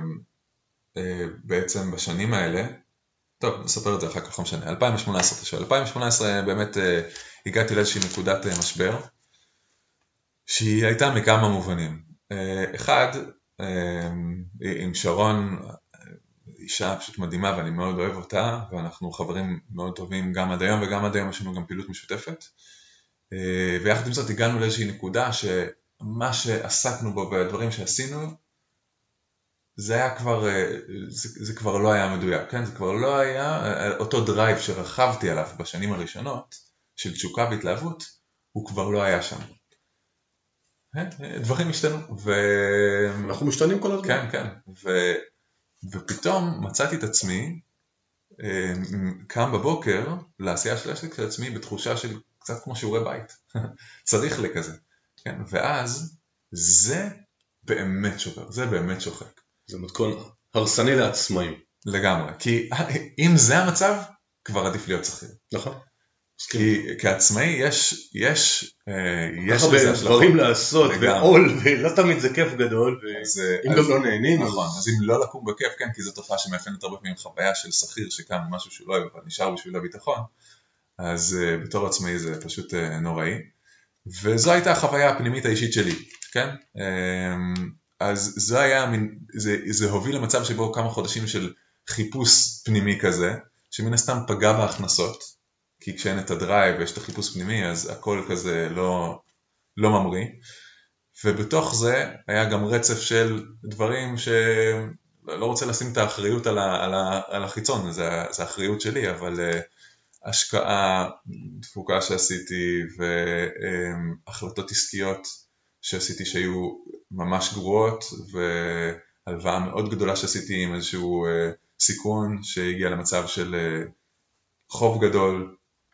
שבעצם בשנים האלה, טוב, נספר את זה אחר כך, לא משנה, אלפיים שמונה עשרה תשע, אלפיים שמונה עשרה באמת הגעתי לאיזושהי נקודת משבר, שהיא הייתה מכמה מובנים. אחד, עם שרון, אישה פשוט מדהימה ואני מאוד אוהב אותה, ואנחנו חברים מאוד טובים גם עד היום, וגם עד היום יש לנו גם פעילות משותפת. ויחד עם זאת הגענו לאיזושהי נקודה שמה שעסקנו בו והדברים שעשינו, זה היה כבר, זה, זה כבר לא היה מדויק, כן? זה כבר לא היה, אותו דרייב שרכבתי עליו בשנים הראשונות, של תשוקה והתלהבות, הוא כבר לא היה שם. דברים השתנו. ו... אנחנו משתנים כל הזמן. כן, כן. ו... ופתאום מצאתי את עצמי, קם בבוקר לעשייה של העסק של עצמי בתחושה של קצת כמו שיעורי בית. צריך לכזה. כן? ואז זה באמת שוחק, זה באמת שוחק. זה מתכון הרסני לעצמאים. לגמרי. כי אם זה המצב, כבר עדיף להיות שכיר. נכון. כי כעצמאי יש, יש, יש הרבה דברים לעשות, ועול, ולא תמיד זה כיף גדול, ואם גם לא נהנים. נכון, אז אם לא לקום בכיף, כן, כי זו תופעה שמאפיינת הרבה פעמים חוויה של שכיר שקם משהו שהוא לא אוהב, אבל נשאר בשביל הביטחון, אז בתור עצמאי זה פשוט נוראי, וזו הייתה החוויה הפנימית האישית שלי, כן? אז זה היה, זה, זה הוביל למצב שבו כמה חודשים של חיפוש פנימי כזה, שמן הסתם פגע בהכנסות, כי כשאין את הדרייב ויש את החיפוש פנימי, אז הכל כזה לא, לא ממריא. ובתוך זה היה גם רצף של דברים שלא רוצה לשים את האחריות על, ה, על, ה, על החיצון, זה, זה האחריות שלי, אבל uh, השקעה, תפוקה שעשיתי והחלטות עסקיות שעשיתי שהיו ממש גרועות, והלוואה מאוד גדולה שעשיתי עם איזשהו uh, סיכון שהגיע למצב של uh, חוב גדול,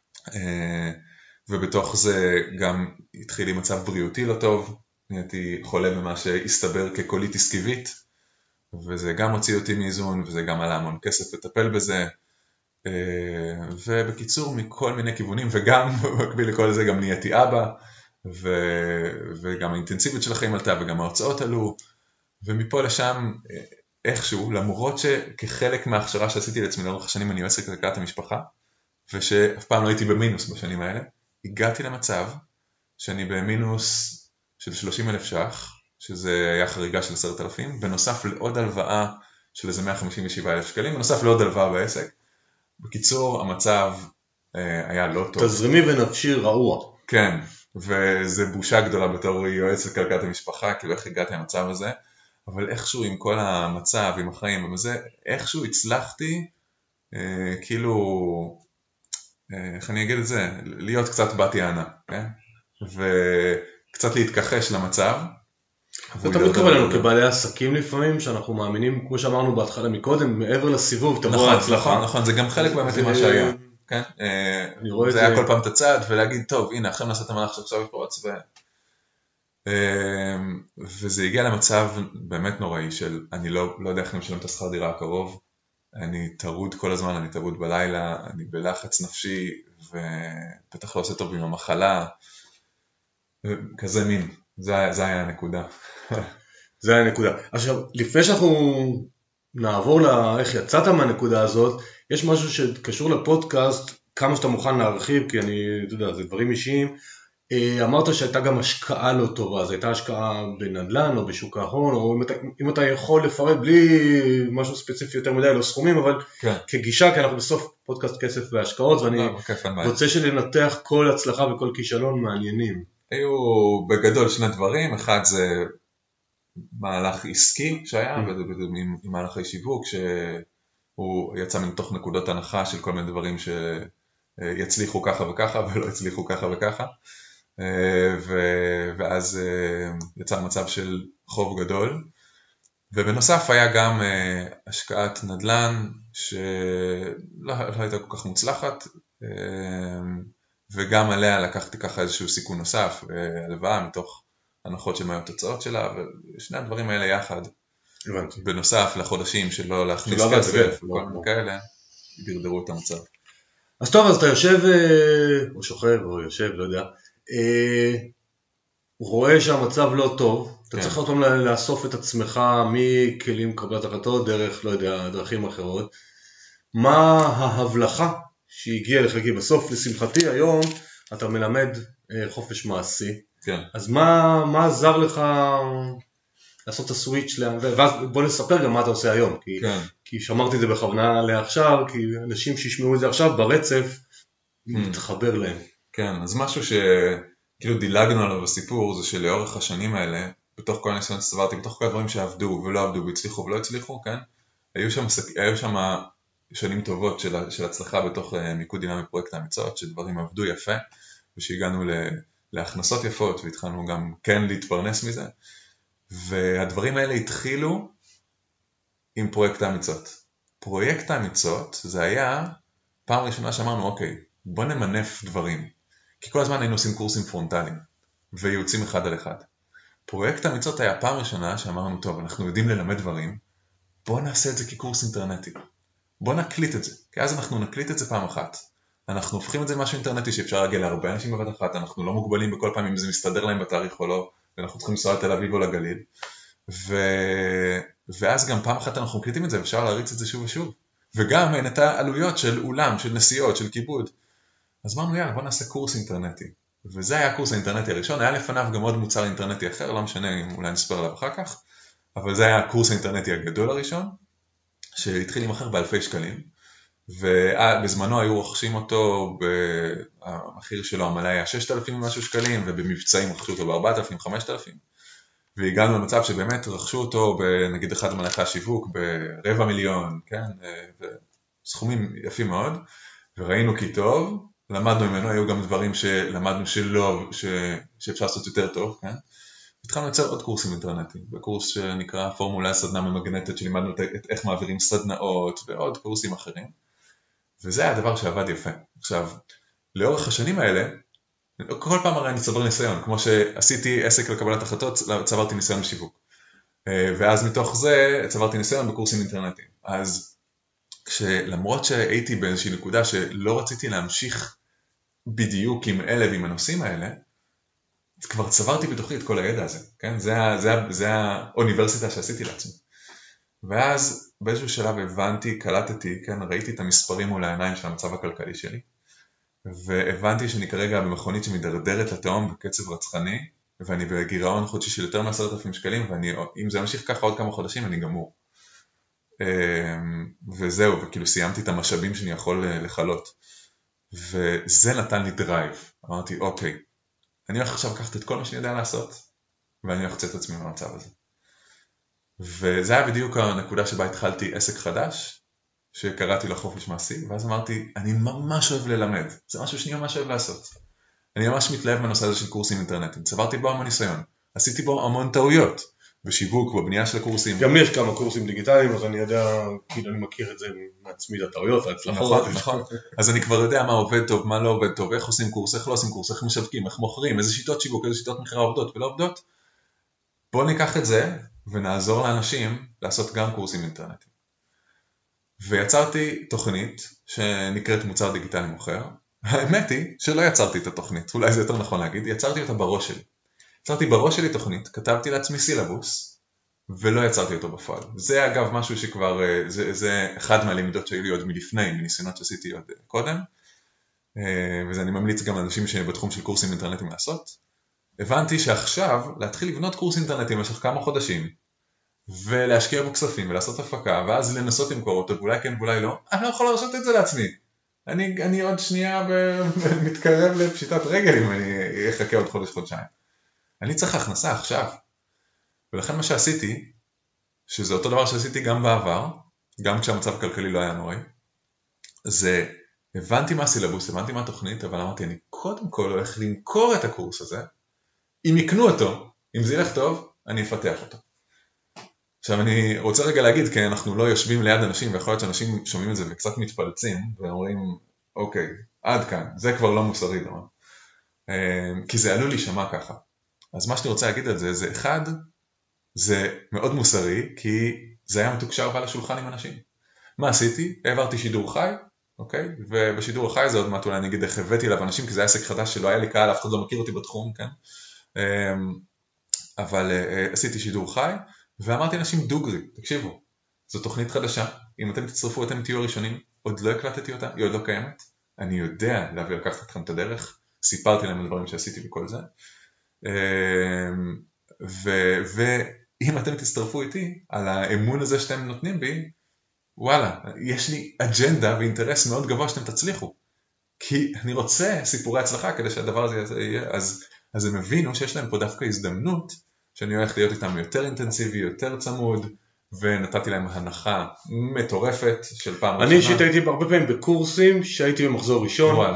ובתוך זה גם התחיל לי מצב בריאותי לא טוב, הייתי חולה במה שהסתבר כקוליטיס קיבית, וזה גם הוציא אותי מאיזון, וזה גם עלה המון כסף לטפל בזה, ובקיצור מכל מיני כיוונים, וגם במקביל לכל זה גם נהייתי אבא, וגם האינטנסיביות של החיים עלתה, וגם ההוצאות עלו, ומפה לשם איכשהו, למרות שכחלק מההכשרה שעשיתי לעצמי לאורך השנים אני יועץ לכלכלת המשפחה, ושאף פעם לא הייתי במינוס בשנים האלה, הגעתי למצב שאני במינוס של שלושים אלף ש"ח, שזה היה חריגה של עשרת אלפים, בנוסף לעוד הלוואה של איזה מאה חמישים ושבעה אלף שקלים, בנוסף לעוד הלוואה בעסק. בקיצור, המצב אה, היה לא טוב. תזרימי ונפשי רעוע. כן, וזה בושה גדולה בתור יועץ לכלכלת המשפחה, כאילו איך הגעתי למצב הזה, אבל איכשהו עם כל המצב, עם החיים וזה, איכשהו הצלחתי, אה, כאילו... איך אני אגיד את זה? להיות קצת בת יענה, כן? וקצת להתכחש למצב. זה תמיד קורה לנו כבעלי עסקים לפעמים, שאנחנו מאמינים, כמו שאמרנו בהתחלה מקודם, מעבר לסיבוב, תבוא ההצלחה. נכון, נכון, זה גם חלק באמת ממה שהיה. כן? זה היה כל פעם את הצעד, ולהגיד, טוב, הנה, עכשיו נעשה את המהלך שעכשיו יפרוץ, וזה הגיע למצב באמת נוראי של, אני לא יודע איך אני משלם את השכר דירה הקרוב, אני טרוד כל הזמן, אני טרוד בלילה, אני בלחץ נפשי, ובטח לא עושה טוב עם המחלה, כזה מין, זה היה הנקודה. זה היה הנקודה. עכשיו, לפני שאנחנו נעבור לאיך יצאת מהנקודה הזאת, יש משהו שקשור לפודקאסט, כמה שאתה מוכן להרחיב, כי אני, אתה יודע, זה דברים אישיים, אמרת שהייתה גם השקעה לא טובה, אז הייתה השקעה בנדל"ן או בשוק ההון, או אם אתה, אם אתה יכול לפרט בלי משהו ספציפי יותר מדי, לא סכומים, אבל כן. כגישה, כי אנחנו בסוף פודקאסט כסף והשקעות, ואני לא, רוצה שננתח כל הצלחה וכל כישלון מעניינים. היו בגדול שני דברים, אחד זה מהלך עסקי שהיה, עם, עם מהלך שיווק, שהוא יצא מתוך נקודות הנחה של כל מיני דברים שיצליחו ככה וככה, ולא יצליחו ככה וככה. ואז יצא מצב של חוב גדול, ובנוסף היה גם השקעת נדל"ן שלא הייתה כל כך מוצלחת, וגם עליה לקחתי ככה איזשהו סיכון נוסף, הלוואה מתוך הנחות של מה התוצאות שלה, ושני הדברים האלה יחד, בנוסף לחודשים שלא להכניס כסף וכל מיני כאלה, דרדרו את המצב. אז טוב, אז אתה יושב או שוכב או יושב, לא יודע, רואה שהמצב לא טוב, אתה צריך עוד פעם לאסוף את עצמך מכלים קבלת החלטות, דרך, לא יודע, דרכים אחרות. מה ההבלחה שהגיעה לך? כי בסוף, לשמחתי, היום אתה מלמד חופש מעשי. כן. אז מה, מה עזר לך לעשות את הסוויץ', ואז בוא נספר גם מה אתה עושה היום, כי, כן. כי שמרתי את זה בכוונה לעכשיו, כי אנשים שישמעו את זה עכשיו ברצף, מתחבר להם. כן, אז משהו שכאילו דילגנו עליו בסיפור, זה שלאורך השנים האלה, בתוך כל הניסיון שסברתי, בתוך כל הדברים שעבדו ולא עבדו, והצליחו ולא הצליחו, כן? היו שם, היו שם שנים טובות של, של הצלחה בתוך מיקוד דינמי פרויקט האמיצות, שדברים עבדו יפה, ושהגענו ל, להכנסות יפות, והתחלנו גם כן להתפרנס מזה, והדברים האלה התחילו עם פרויקט האמיצות. פרויקט האמיצות זה היה פעם ראשונה שאמרנו, אוקיי, בוא נמנף דברים, כי כל הזמן היינו עושים קורסים פרונטליים, וייעוצים אחד על אחד. פרויקט האמיצות היה פעם ראשונה שאמרנו, טוב, אנחנו יודעים ללמד דברים, בוא נעשה את זה כקורס אינטרנטי, בוא נקליט את זה, כי אז אנחנו נקליט את זה פעם אחת, אנחנו הופכים את זה משהו אינטרנטי שאפשר להגיע להרבה אנשים בבת אחת, אנחנו לא מוגבלים בכל פעם אם זה מסתדר להם בתאריך או לא, ואנחנו צריכים לנסוע לתל אביב או לגליל, ו... ואז גם פעם אחת אנחנו מקליטים את זה, ואפשר להריץ את זה שוב ושוב, וגם אין את העלויות של אולם, של נסיעות, של כיבוד, אז אמרנו, יאללה, בוא נעשה קורס אינטרנטי, וזה היה הקורס האינטרנטי הראשון, היה לפניו גם עוד מוצר אינטרנטי אחר, לא משנה אם אולי נספר עליו אחר כך, אבל זה היה הקורס האינטרנטי הגדול הראשון, שהתחיל להימכר באלפי שקלים, ובזמנו היו רוכשים אותו, המחיר שלו המלא היה ששת אלפים ומשהו שקלים, ובמבצעים רכשו אותו ב-ארבעת אלפים, חמשת אלפים, והגענו למצב שבאמת רכשו אותו, נגיד אחד מלאכי השיווק, ברבע מיליון, כן, סכומים יפים מאוד, וראינו כי טוב, למדנו ממנו, היו גם דברים שלמדנו שלא, ש... שאפשר לעשות יותר טוב, כן? התחלנו לייצר עוד קורסים אינטרנטיים, בקורס שנקרא פורמולה סדנה ממגנטת, שלימדנו את איך מעבירים סדנאות, ועוד קורסים אחרים, וזה היה הדבר שעבד יפה. עכשיו, לאורך השנים האלה, כל פעם הרי אני צבר ניסיון, כמו שעשיתי עסק לקבלת החלטות, צברתי ניסיון בשיווק, ואז מתוך זה צברתי ניסיון בקורסים אינטרנטיים. אז למרות שהייתי באיזושהי נקודה שלא רציתי להמשיך בדיוק עם אלה ועם הנושאים האלה, כבר צברתי בתוכי את כל הידע הזה, כן? זה, זה, זה האוניברסיטה שעשיתי לעצמי. ואז באיזשהו שלב הבנתי, קלטתי, כן? ראיתי את המספרים מול העיניים של המצב הכלכלי שלי, והבנתי שאני כרגע במכונית שמדרדרת לתהום בקצב רצחני, ואני בגירעון חודשי של יותר מ-עשרת אלפים שקלים, ואם זה ימשיך ככה עוד כמה חודשים, אני גמור. וזהו, וכאילו סיימתי את המשאבים שאני יכול לחלות. וזה נתן לי דרייב. אמרתי, אוקיי, אני הולך עכשיו לקחת את כל מה שאני יודע לעשות, ואני הולך לצאת את עצמי במצב הזה. וזה היה בדיוק הנקודה שבה התחלתי עסק חדש, שקראתי לו חופש מעשי, ואז אמרתי, אני ממש אוהב ללמד, זה משהו שאני ממש אוהב לעשות. אני ממש מתלהב בנושא הזה של קורסים אינטרנטיים, צברתי בו המון ניסיון, עשיתי בו המון טעויות, בשיווק, בבנייה של הקורסים. גם יש כמה קורסים דיגיטליים, אז אני יודע, כאילו אני מכיר את זה מעצמי, הטעויות, ההצלחות. נכון, נכון. אז אני כבר יודע מה עובד טוב, מה לא עובד טוב, איך עושים קורס, איך לא עושים קורס, איך משווקים, איך מוכרים, איזה שיטות שיווק, איזה שיטות מכירה עובדות ולא עובדות. בואו ניקח את זה ונעזור לאנשים לעשות גם קורסים אינטרנטיים. ויצרתי תוכנית שנקראת מוצר דיגיטלי מוכר. האמת היא שלא יצרתי את התוכנית, אולי זה יותר נכון להגיד, יצרתי אותה בראש שלי. יצרתי בראש שלי תוכנית, כתבתי לעצמי סילבוס, ולא יצרתי אותו בפועל. זה אגב משהו שכבר, זה, זה אחד מהלמידות שהיו לי עוד מלפני, מניסיונות שעשיתי עוד קודם, וזה אני ממליץ גם לאנשים שבתחום של קורסים אינטרנטיים לעשות. הבנתי שעכשיו להתחיל לבנות קורס אינטרנטי במשך כמה חודשים, ולהשקיע בו כספים ולעשות הפקה, ואז לנסות למכור אותו, ואולי כן ואולי לא, אני לא יכול לעשות את זה לעצמי. אני, אני עוד שנייה מתקרב לפשיטת רגל אם אני אחכה עוד חודש חודשיים. אני צריך הכנסה עכשיו. ולכן מה שעשיתי, שזה אותו דבר שעשיתי גם בעבר, גם כשהמצב הכלכלי לא היה נוראי, זה הבנתי מה הסילבוס, הבנתי מה התוכנית, אבל אמרתי, אני קודם כל הולך למכור את הקורס הזה, אם יקנו אותו, אם זה ילך טוב, אני אפתח אותו. עכשיו אני רוצה רגע להגיד, כי אנחנו לא יושבים ליד אנשים, ויכול להיות שאנשים שומעים את זה וקצת מתפלצים, ואומרים, אוקיי, עד כאן, זה כבר לא מוסרי, לא? כי זה עלול להישמע ככה. אז מה שאני רוצה להגיד על זה, זה אחד, זה מאוד מוסרי, כי זה היה מתוקשר ועל השולחן עם אנשים. מה עשיתי? העברתי שידור חי, אוקיי? ובשידור החי זה עוד מעט אולי אני אגיד איך הבאתי אליו אנשים, כי זה היה עסק חדש שלא היה לי קהל, אף אחד לא מכיר אותי בתחום, כן? אבל עשיתי שידור חי, ואמרתי לאנשים דוגרי, תקשיבו, זו תוכנית חדשה, אם אתם תצטרפו אתם תהיו הראשונים, עוד לא הקלטתי אותה, היא עוד לא קיימת, אני יודע להביא לקחת אתכם את הדרך, סיפרתי להם על דברים שעשיתי בכל זה, ואם אתם תצטרפו איתי על האמון הזה שאתם נותנים בי, וואלה, יש לי אג'נדה ואינטרס מאוד גבוה שאתם תצליחו, כי אני רוצה סיפורי הצלחה כדי שהדבר הזה יהיה, אז, אז הם הבינו שיש להם פה דווקא הזדמנות, שאני הולך להיות איתם יותר אינטנסיבי, יותר צמוד, ונתתי להם הנחה מטורפת של פעם ראשונה. אני אישית הייתי הרבה פעמים בקורסים שהייתי במחזור ראשון, וואלה.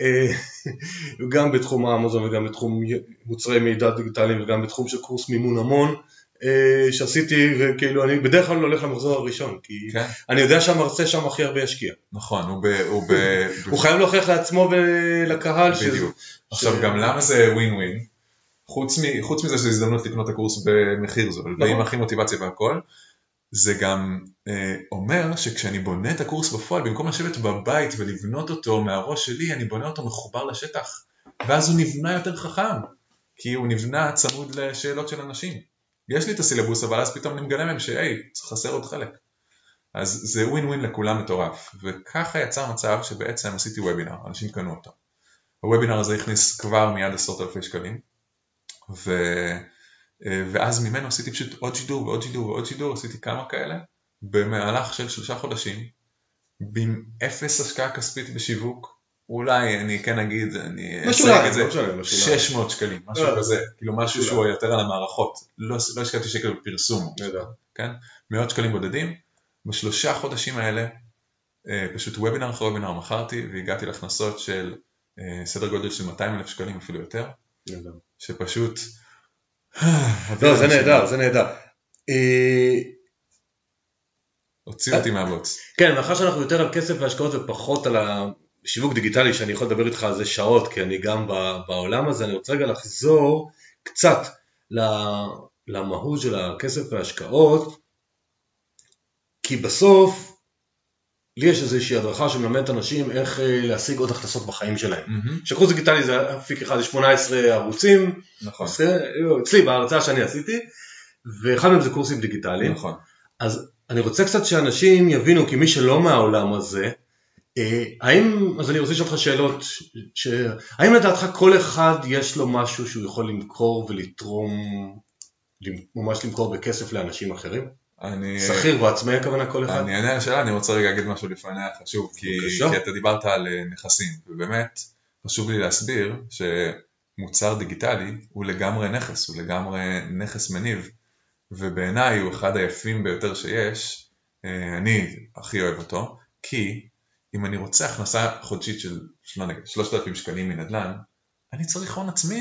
גם בתחום האמזון וגם בתחום מוצרי מידע דיגיטליים וגם בתחום של קורס מימון המון שעשיתי, וכאילו אני בדרך כלל הולך למחזור הראשון, כי כן. אני יודע שהמרצה שם הכי הרבה ישקיע. נכון, הוא, ב, הוא, ב, הוא חייב להוכיח לעצמו ולקהל. בדיוק. ש... עכשיו ש... גם למה זה ווין ווין? חוץ, מ, חוץ מזה שזו הזדמנות לקנות את הקורס במחיר זול, נכון. ועם הכי מוטיבציה והכל, זה גם אה, אומר שכשאני בונה את הקורס בפועל, במקום לשבת בבית ולבנות אותו מהראש שלי, אני בונה אותו מחובר לשטח, ואז הוא נבנה יותר חכם, כי הוא נבנה צמוד לשאלות של אנשים. יש לי את הסילבוס, אבל אז פתאום אני מגלה מהם שהי, חסר עוד חלק. אז זה ווין ווין לכולם מטורף, וככה יצא מצב שבעצם עשיתי וובינר, אנשים קנו אותו. הוובינר הזה הכניס כבר מיד עשרות אלפי שקלים, ו... ואז ממנו עשיתי פשוט עוד שידור ועוד שידור ועוד שידור, עשיתי כמה כאלה, במהלך של שלושה חודשים, עם אפס השקעה כספית בשיווק, אולי אני כן אגיד, אני אעשה את זה, שש מאות שקלים, משהו כזה, כאילו משהו שהוא יותר על המערכות, לא השקעתי שקל בפרסום, כן? מאות שקלים בודדים, בשלושה חודשים האלה, פשוט וובינר אחרי וובינר מכרתי, והגעתי להכנסות של סדר גודל של מאתיים אלף שקלים אפילו יותר, שפשוט... לא, זה נהדר, זה נהדר. הוציא אותי מהבוץ. כן, מאחר שאנחנו יותר על כסף והשקעות ופחות על השיווק דיגיטלי, שאני יכול לדבר איתך על זה שעות, כי אני גם בעולם הזה, אני רוצה רגע לחזור קצת למהות של הכסף וההשקעות, כי בסוף, לי יש איזושהי הדרכה שמלמדת אנשים איך להשיג עוד הכנסות בחיים שלהם. שקורס דיגיטלי זה אפיק אחד, שמונה עשרה ערוצים, נכון. אצלי בהרצאה שאני עשיתי, ואחד מהם זה קורסים דיגיטליים. נכון. אז אני רוצה קצת שאנשים יבינו, כי מי שלא מהעולם הזה, האם, אז אני רוצה לשאול אותך שאלות, ש... האם לדעתך כל אחד יש לו משהו שהוא יכול למכור ולתרום, ממש למכור בכסף לאנשים אחרים? אני... שכיר ועצמאי הכוונה כל אחד? אני אענה לשאלה, אני רוצה רגע להגיד משהו לפני חשוב, כי, כי אתה דיברת על נכסים, ובאמת חשוב לי להסביר שמוצר דיגיטלי הוא לגמרי נכס, הוא לגמרי נכס מניב, ובעיניי הוא אחד היפים ביותר שיש, אני הכי אוהב אותו, כי אם אני רוצה הכנסה חודשית של שלושת אלפים שקלים מנדל"ן, אני צריך הון עצמי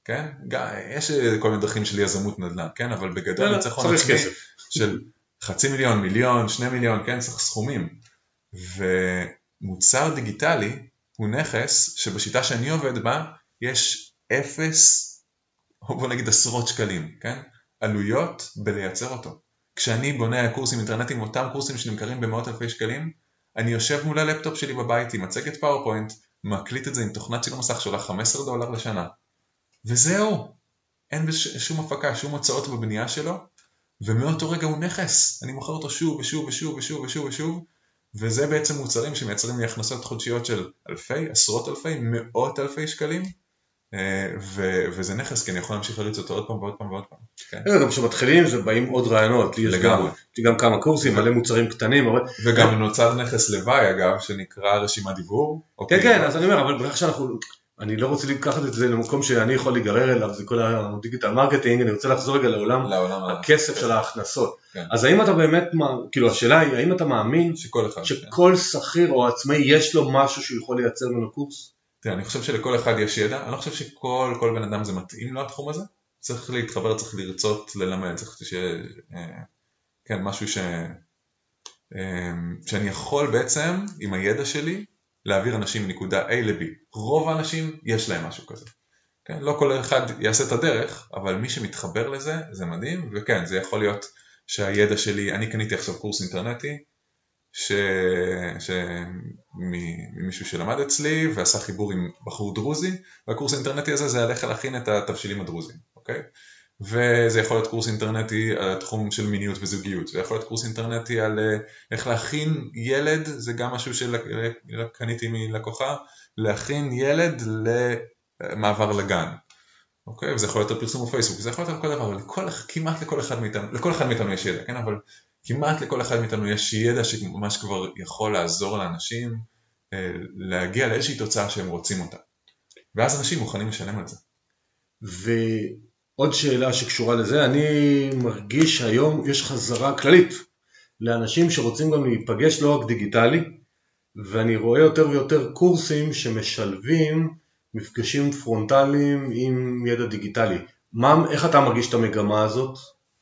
כן? יש כל מיני דרכים של יזמות נדל"ן, כן? אבל בגדול אני צריך הון עצמי של חצי מיליון, מיליון, שני מיליון, כן? צריך סכומים. ומוצר דיגיטלי הוא נכס שבשיטה שאני עובד בה יש אפס, בוא נגיד עשרות שקלים, כן? עלויות בלייצר אותו. כשאני בונה קורסים אינטרנטיים, אותם קורסים שנמכרים במאות אלפי שקלים, אני יושב מול הלפטופ שלי בבית עם מצגת פאורפוינט, מקליט את זה עם תוכנת צילום מסך שעולה חמישה עשר דולר לשנה. וזהו. אין שום הפקה, שום הוצאות בבנייה שלו, ומאותו רגע הוא נכס. אני מוכר אותו שוב ושוב ושוב ושוב ושוב ושוב, וזה בעצם מוצרים שמייצרים לי הכנסות חודשיות של אלפי, עשרות אלפי, מאות אלפי שקלים, ו- וזה נכס, כי אני יכול להמשיך לריץ אותו עוד פעם ועוד פעם ועוד פעם. כן. גם כשמתחילים זה באים עוד רעיונות, לי יש גם, לי גם כמה קורסים, מלא מוצרים קטנים. וגם נוצר נכס לוואי אגב, שנקרא רשימת דיבור. כן, כן, אז אני אומר, אבל ברגע שאנחנו, אני לא רוצה לקחת את זה למקום שאני יכול להיגרר אליו, זה כל הדיגיטל מרקטינג, אני רוצה לחזור רגע לעולם הכסף של ההכנסות. אז האם אתה באמת, כאילו השאלה היא, האם אתה מאמין שכל שכיר או עצמאי יש לו משהו שהוא יכול לייצר ממנו קורס? תראה, אני חושב שלכל אחד יש ידע, אני לא חושב שכל כל בן אדם זה מתאים לו התחום הזה, צריך להתחבר, צריך לרצות ללמד, צריך שיהיה, כן, משהו ש, שאני יכול בעצם, עם הידע שלי, להעביר אנשים מנקודה A ל-B. רוב האנשים יש להם משהו כזה. כן? לא כל אחד יעשה את הדרך, אבל מי שמתחבר לזה, זה מדהים, וכן, זה יכול להיות שהידע שלי, אני קניתי עכשיו קורס אינטרנטי, ש... ש... ממישהו שלמד אצלי ועשה חיבור עם בחור דרוזי, והקורס האינטרנטי הזה זה הלך להכין את התבשילים הדרוזיים, אוקיי? וזה יכול להיות קורס אינטרנטי על התחום של מיניות וזוגיות, זה יכול להיות קורס אינטרנטי על איך להכין ילד, זה גם משהו שקניתי מלקוחה, להכין ילד למעבר לגן, אוקיי? וזה יכול להיות על פרסום בפייסבוק, זה יכול להיות על כל דבר, לכל, כמעט לכל אחד מאיתנו, לכל אחד מאיתנו יש ידע, כן? אבל כמעט לכל אחד מאיתנו יש ידע שממש כבר יכול לעזור לאנשים להגיע לאיזושהי תוצאה שהם רוצים אותה. ואז אנשים מוכנים לשלם על זה. ועוד שאלה שקשורה לזה, אני מרגיש שהיום יש חזרה כללית לאנשים שרוצים גם להיפגש לא רק דיגיטלי, ואני רואה יותר ויותר קורסים שמשלבים מפגשים פרונטליים עם ידע דיגיטלי. מה, איך אתה מרגיש את המגמה הזאת?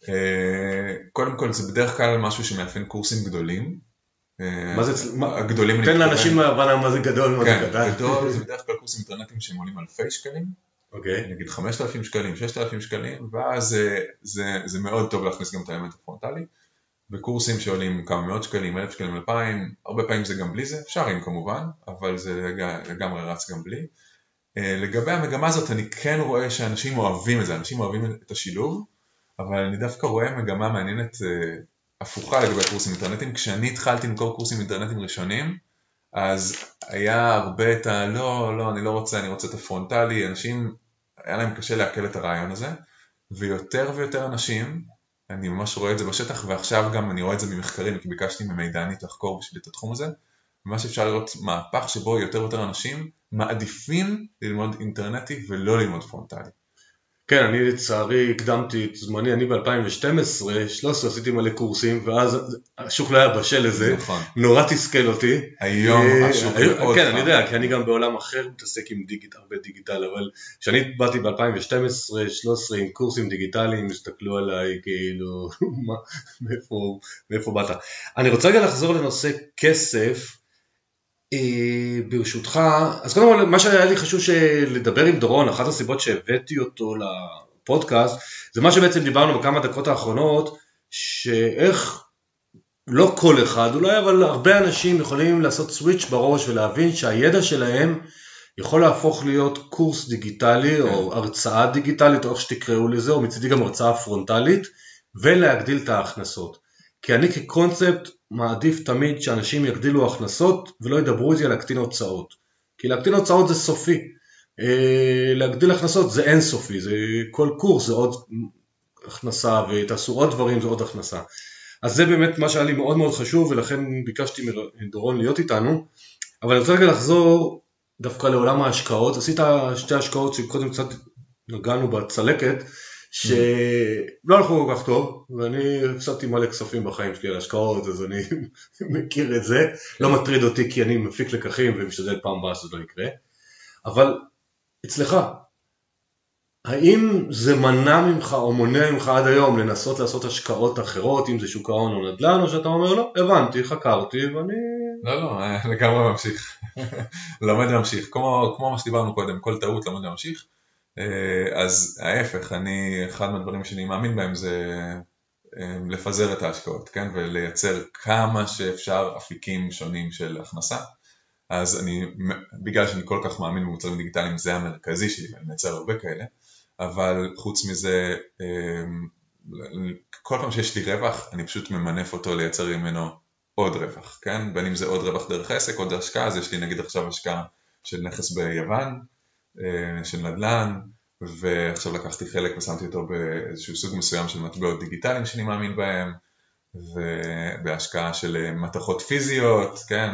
קודם כל זה בדרך כלל משהו שמאפיין קורסים גדולים. מה זה, הגדולים? תן לאנשים להבנה מה זה גדול, מה זה גדול. גדול זה בדרך כלל קורסים אינטרנטיים שהם עולים אלפי שקלים, נגיד חמשת אלפים שקלים, ששת אלפים שקלים, ואז זה מאוד טוב להכניס גם את האלמנט הפרונטלי, וקורסים שעולים כמה מאות שקלים, אלף שקלים, אלפיים, הרבה פעמים זה גם בלי זה, אפשרים כמובן, אבל זה לגמרי רץ גם בלי. לגבי המגמה הזאת אני כן רואה שאנשים אוהבים את זה, אנשים אוהבים את השילוב, אבל אני דווקא רואה מגמה מעניינת הפוכה לגבי קורסים אינטרנטיים. כשאני התחלתי למכור קורסים אינטרנטיים ראשונים, אז היה הרבה את ה... לא, לא, אני לא רוצה, אני רוצה את הפרונטלי. אנשים, היה להם קשה להקל את הרעיון הזה, ויותר ויותר אנשים, אני ממש רואה את זה בשטח, ועכשיו גם אני רואה את זה ממחקרים, כי ביקשתי ממידענית לחקור בשביל את התחום הזה, ממש אפשר לראות מהפך שבו יותר ויותר אנשים מעדיפים ללמוד אינטרנטי ולא ללמוד פרונטלי. כן, אני לצערי הקדמתי את זמני, אני ב-אלפיים ושתים עשרה שלוש עשרה עשיתי מלא קורסים, ואז השוק לא היה בשל לזה, נכון. נורא תסכל אותי. היום השוק מאוד כן, אני יודע, כי אני גם בעולם אחר מתעסק עם דיגיטל, הרבה דיגיטל, אבל כשאני באתי ב-אלפיים ושתים עשרה שלוש עשרה עם קורסים דיגיטליים, הסתכלו עליי כאילו, מה, מאיפה, מאיפה באת? אני רוצה רגע לחזור לנושא כסף, ברשותך. אז קודם כל, מה שהיה לי חשוב לדבר עם דורון, אחת הסיבות שהבאתי אותו לפודקאסט, זה מה שבעצם דיברנו בכמה דקות האחרונות, שאיך לא כל אחד, אולי אבל הרבה אנשים יכולים לעשות סוויץ' בראש ולהבין שהידע שלהם יכול להפוך להיות קורס דיגיטלי או הרצאה דיגיטלית או איך שתקראו לזה, או מצידי גם הרצאה פרונטלית, ולהגדיל את ההכנסות. כי אני כקונספט מעדיף תמיד שאנשים יגדילו הכנסות ולא ידברו איתי על להקטין הוצאות. כי להקטין הוצאות זה סופי. להגדיל הכנסות זה אין סופי. זה, כל קורס זה עוד הכנסה, ותעשו עוד דברים זה עוד הכנסה. אז זה באמת מה שהיה לי מאוד מאוד חשוב, ולכן ביקשתי מדורון להיות איתנו. אבל אני רוצה רגע לחזור דווקא לעולם ההשקעות. עשית שתי השקעות שקודם קצת נגענו בצלקת, שלא הלכו כל כך טוב, ואני הפסדתי מלא כספים בחיים שלי על השקעות, אז אני מכיר את זה, לא מטריד אותי כי אני מפיק לקחים ומשתדל פעם הבאה שזה לא יקרה, אבל אצלך, האם זה מנע ממך או מונע ממך עד היום לנסות לעשות השקעות אחרות, אם זה שוק ההון או נדל"ן, או שאתה אומר לא, הבנתי, חקרתי ואני... לא, לא, לגמרי ממשיך. לומד ממשיך, כמו, כמו מה שדיברנו קודם, כל טעות למד ממשיך. אז ההפך, אני, אחד מהדברים שאני מאמין בהם זה לפזר את ההשקעות, כן? ולייצר כמה שאפשר אפיקים שונים של הכנסה. אז אני, בגלל שאני כל כך מאמין במוצרים דיגיטליים, זה המרכזי שלי, ואני מייצר הרבה כאלה, אבל חוץ מזה, כל פעם שיש לי רווח, אני פשוט ממנף אותו לייצר ממנו עוד רווח, כן? בין אם זה עוד רווח דרך עסק, עוד השקעה, אז יש לי נגיד עכשיו השקעה של נכס ביוון, של נדל"ן, ועכשיו לקחתי חלק ושמתי אותו באיזשהו סוג מסוים של מטבעות דיגיטליים שאני מאמין בהם, ובהשקעה של מתכות פיזיות, כן?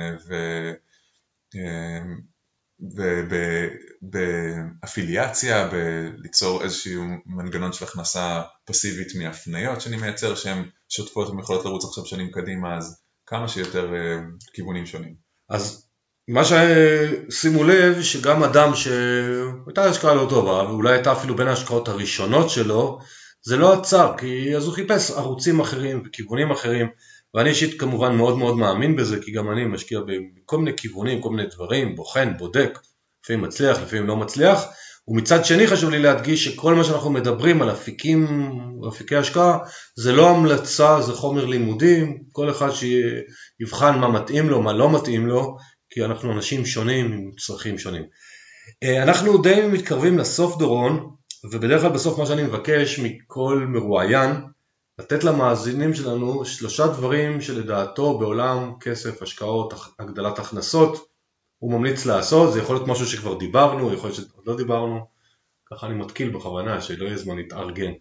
ובאפיליאציה, בליצור איזשהו מנגנון של הכנסה פסיבית מהפניות שאני מייצר, שהן שוטפות ויכולות לרוץ עכשיו שנים קדימה, אז כמה שיותר כיוונים שונים. אז מה ששימו לב, שגם אדם שהייתה השקעה לא טובה, ואולי הייתה אפילו בין ההשקעות הראשונות שלו, זה לא עצר, כי אז הוא חיפש ערוצים אחרים וכיוונים אחרים, ואני אישית כמובן מאוד מאוד מאמין בזה, כי גם אני משקיע בכל מיני כיוונים, כל מיני דברים, בוחן, בודק, לפעמים מצליח, לפעמים לא מצליח, ומצד שני חשוב לי להדגיש שכל מה שאנחנו מדברים על אפיקים, אפיקי השקעה, זה לא המלצה, זה חומר לימודים, כל אחד שיבחן מה מתאים לו, מה לא מתאים לו, כי אנחנו אנשים שונים עם צרכים שונים. אנחנו די מתקרבים לסוף דורון, ובדרך כלל בסוף מה שאני מבקש מכל מרואיין, לתת למאזינים שלנו שלושה דברים שלדעתו בעולם כסף, השקעות, הגדלת הכנסות, הוא ממליץ לעשות. זה יכול להיות משהו שכבר דיברנו, יכול להיות שעוד לא דיברנו, ככה אני מתקיל בכוונה, שלא יהיה זמן להתארגן.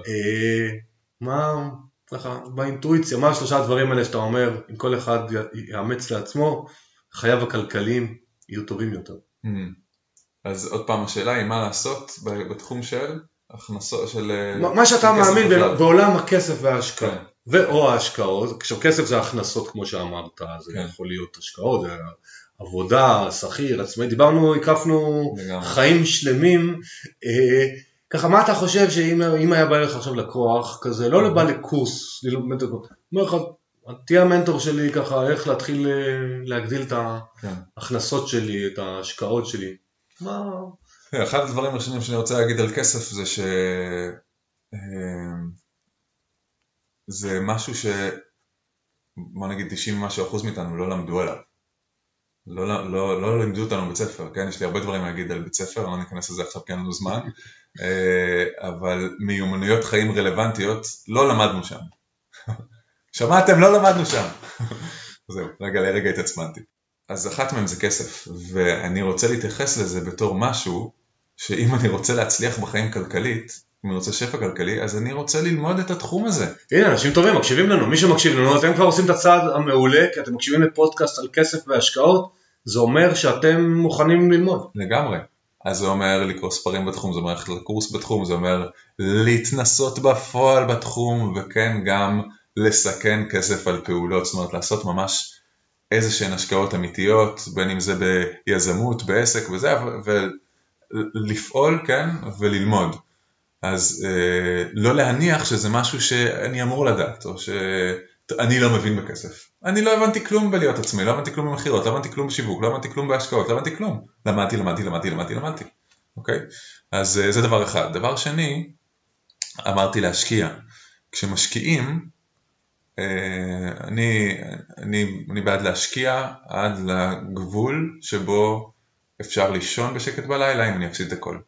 מה, ככה, באינטואיציה, מה השלושה הדברים האלה שאתה אומר, אם כל אחד יאמץ לעצמו, חייו הכלכליים יהיו טובים יותר. אז עוד פעם השאלה היא מה לעשות בתחום של הכנסות של... מה שאתה מאמין בעולם הכסף וההשקעה, ואו ההשקעות, כשכסף זה הכנסות כמו שאמרת, זה יכול להיות השקעות, זה עבודה, שכיר, עצמאי, דיברנו, הקפנו חיים שלמים, ככה מה אתה חושב שאם היה בא לך עכשיו לקוח כזה, לא לבא לקורס, אומר לך, תהיה המנטור שלי ככה, איך להתחיל להגדיל את ההכנסות שלי, את ההשקעות שלי. מה? אחד הדברים הראשונים שאני רוצה להגיד על כסף זה ש... זה משהו ש... מה נגיד תשעים ומשהו אחוז מאיתנו לא למדו עליו. לא, לא, לא, לא לימדו אותנו בבית ספר, כן? יש לי הרבה דברים להגיד על בית ספר, לא ניכנס לזה עכשיו כי אין לנו זמן, אבל מיומנויות חיים רלוונטיות לא למדנו שם. שמעתם? לא למדנו שם. זהו, רגע, לרגע התעצמנתי. אז אחת מהם זה כסף, ואני רוצה להתייחס לזה בתור משהו, שאם אני רוצה להצליח בחיים כלכלית, אם אני רוצה שפע כלכלי, אז אני רוצה ללמוד את התחום הזה. הנה, אנשים טובים, מקשיבים לנו, מי שמקשיב לנו, אתם כבר עושים את הצעד המעולה, כי אתם מקשיבים לפודקאסט על כסף והשקעות, זה אומר שאתם מוכנים ללמוד. לגמרי. אז זה אומר לקרוא ספרים בתחום, זה אומר ללכת לקורס בתחום, זה אומר להתנסות בפועל בתחום, וכן גם לסכן כסף על פעולות, זאת אומרת לעשות ממש איזה שהן השקעות אמיתיות, בין אם זה ביזמות, בעסק וזה, ולפעול, כן, וללמוד. אז אה, לא להניח שזה משהו שאני אמור לדעת, או שאני לא מבין בכסף. אני לא הבנתי כלום בלהיות עצמי, לא הבנתי כלום במחירות, לא הבנתי כלום בשיווק, לא הבנתי כלום בהשקעות, לא הבנתי כלום. למדתי, למדתי, למדתי, למדתי, למדתי. אוקיי? אז אה, זה דבר אחד. דבר שני, אמרתי להשקיע. כשמשקיעים, אה, אני, אני, אני בעד להשקיע עד לגבול שבו אפשר לישון בשקט בלילה אם אני אפסיד את הכל.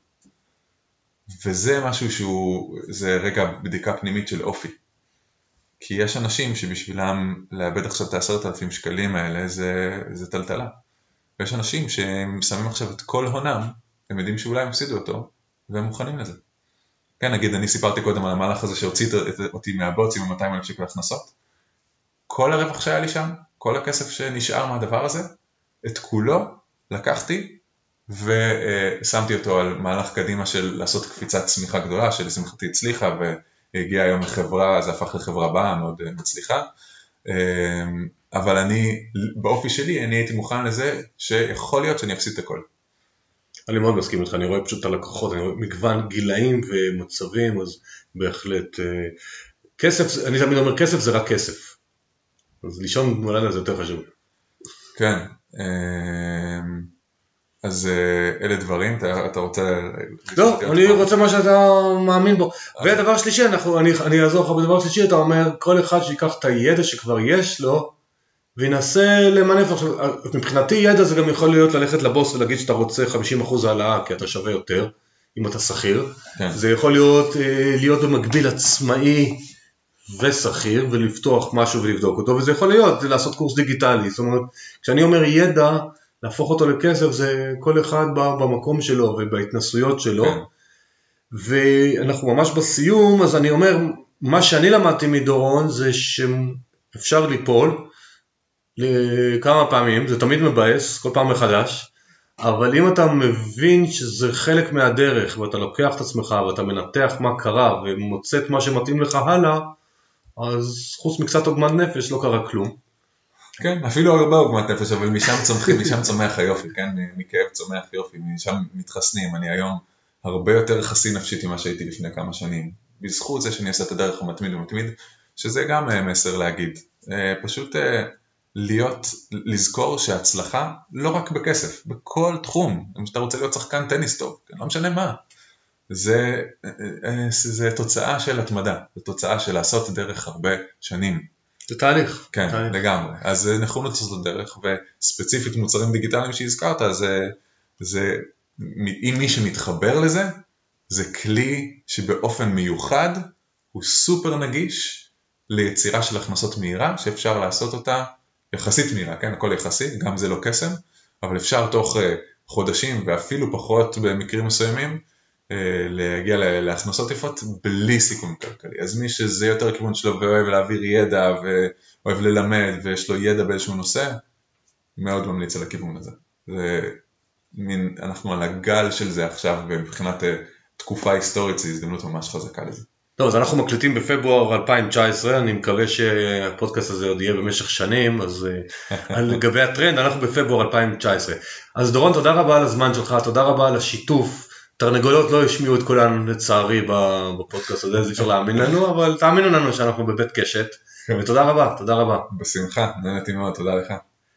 וזה משהו שהוא, זה רגע בדיקה פנימית של אופי. כי יש אנשים שבשבילם לאבד עכשיו את העשרת אלפים שקלים האלה, זה, זה טלטלה. ויש אנשים שהם שמים עכשיו את כל הונם, הם יודעים שאולי הם הפסידו אותו, והם מוכנים לזה. כן, נגיד, אני סיפרתי קודם על המהלך הזה שהוציא אותי מהבוץ עם מאתיים אלף שקל הכנסות. כל הרווח שהיה לי שם, כל הכסף שנשאר מהדבר הזה, את כולו לקחתי, ושמתי אותו על מהלך קדימה של לעשות קפיצת צמיחה גדולה, שלשמחתי הצליחה, והגיעה היום לחברה, זה הפך לחברה באה מאוד מצליחה, אבל אני, באופי שלי, אני הייתי מוכן לזה שיכול להיות שאני אפסיד את הכל. אני מאוד מסכים איתך, אני רואה פשוט את הלקוחות, אני רואה מגוון גילאים ומצבים, אז בהחלט, כסף, אני תמיד אומר, כסף זה רק כסף. אז לישון בלילה זה יותר חשוב. כן, אז אלה דברים, אתה רוצה... לא, אני רוצה מה שאתה מאמין בו. ודבר שלישי, אני אעזור לך בדבר שלישי, אתה אומר, כל אחד שיקח את הידע שכבר יש לו, וינסה למנף. מבחינתי ידע זה גם יכול להיות ללכת לבוס ולהגיד שאתה רוצה חמישים אחוז העלאה, כי אתה שווה יותר, אם אתה שכיר. זה יכול להיות להיות במקביל עצמאי ושכיר, ולפתוח משהו ולבדוק אותו, וזה יכול להיות לעשות קורס דיגיטלי. זאת אומרת, כשאני אומר ידע, להפוך אותו לכסף, זה כל אחד במקום שלו ובהתנסויות שלו. כן. ואנחנו ממש בסיום, אז אני אומר, מה שאני למדתי מדורון, זה שאפשר ליפול לכמה פעמים, זה תמיד מבאס, כל פעם מחדש, אבל אם אתה מבין שזה חלק מהדרך, ואתה לוקח את עצמך, ואתה מנתח מה קרה, ומוצא את מה שמתאים לך הלאה, אז חוץ מקצת עוגמת נפש לא קרה כלום. כן, אפילו הרבה עוגמת נפש, אבל משם צומחים, משם צומח היופי, כן? מכאב צומח יופי, משם מתחסנים. אני היום הרבה יותר חסין נפשית ממה שהייתי לפני כמה שנים, בזכות זה שאני אעשה את הדרך ומתמיד ומתמיד, שזה גם מסר להגיד. פשוט להיות, לזכור שההצלחה לא רק בכסף, בכל תחום. אם שאתה רוצה להיות שחקן טניס טוב, לא משנה מה. זה, זה תוצאה של התמדה, זה תוצאה של לעשות דרך הרבה שנים. זה תהליך. כן, תהליך. לגמרי. אז נכונות לעשות דרך, וספציפית מוצרים דיגיטליים שהזכרת, זה, זה, אם מי שמתחבר לזה, זה כלי שבאופן מיוחד, הוא סופר נגיש ליצירה של הכנסות מהירה, שאפשר לעשות אותה יחסית מהירה, כן, הכל יחסי, גם זה לא קסם, אבל אפשר תוך חודשים, ואפילו פחות במקרים מסוימים, להגיע להכנסות יפות בלי סיכון כלכלי. אז מי שזה יותר כיוון שלו ואוהב להעביר ידע ואוהב ללמד ויש לו ידע באיזשהו נושא, מאוד ממליץ על הכיוון הזה. זה מין, אנחנו על הגל של זה עכשיו, ומבחינת תקופה היסטורית זו הזדמנות ממש חזקה לזה. טוב, אז אנחנו מקליטים בפברואר אלפיים תשע עשרה, אני מקווה שהפודקאסט הזה עוד יהיה במשך שנים, אז לגבי הטרנד, אנחנו בפברואר אלפיים תשע עשרה. אז דורון, תודה רבה על הזמן שלך, תודה רבה על השיתוף. תרנגולות לא השמיעו את כולן לצערי בפודקאסט הזה, זה אפשר להאמין לנו, אבל תאמינו לנו שאנחנו בבית קשת, ותודה רבה, תודה רבה. בשמחה, נהנתי מאוד, תודה לך.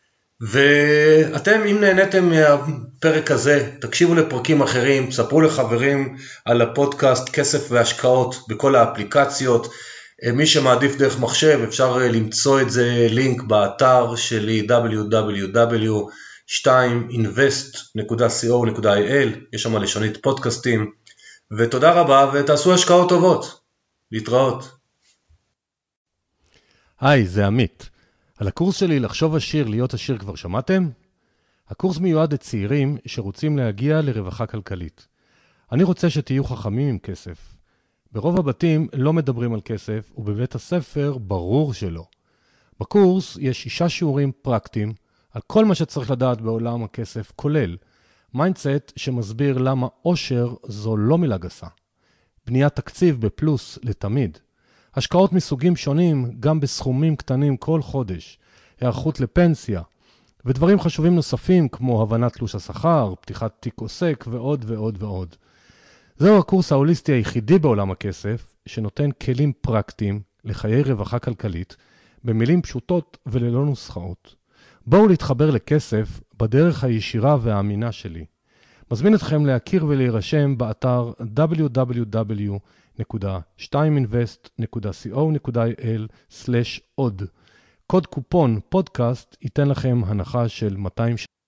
ואתם, אם נהניתם מהפרק הזה, תקשיבו לפרקים אחרים, ספרו לחברים על הפודקאסט כסף והשקעות בכל האפליקציות. מי שמעדיף דרך מחשב, אפשר למצוא את זה לינק באתר שלי דאבליו דאבליו דאבליו נקודה שתיים אינבסט נקודה סי או נקודה איי אל, יש שם לשונית פודקאסטים, ותודה רבה ותעשו השקעות טובות. להתראות. היי, זה עמית. על הקורס שלי לחשוב עשיר להיות עשיר כבר שמעתם? הקורס מיועד לצעירים שרוצים להגיע לרווחה כלכלית. אני רוצה שתהיו חכמים עם כסף. ברוב הבתים לא מדברים על כסף, ובבית הספר ברור שלא. בקורס יש שישה שיעורים פרקטיים, על כל מה שצריך לדעת בעולם הכסף, כולל מיינדסט שמסביר למה עושר זו לא מילה גסה. בניית תקציב בפלוס לתמיד. השקעות מסוגים שונים גם בסכומים קטנים כל חודש. היערכות לפנסיה. ודברים חשובים נוספים כמו הבנת תלוש השכר, פתיחת תיק עוסק ועוד ועוד ועוד. זהו הקורס ההוליסטי היחידי בעולם הכסף שנותן כלים פרקטיים לחיי רווחה כלכלית במילים פשוטות וללא נוסחאות. בואו להתחבר לכסף בדרך הישירה והאמינה שלי. מזמין אתכם להכיר ולהירשם באתר דאבליו דאבליו דאבליו נקודה שתיים אינבסט נקודה סי או נקודה איי אל סלש עוד. קוד קופון פודקאסט ייתן לכם הנחה של מאתיים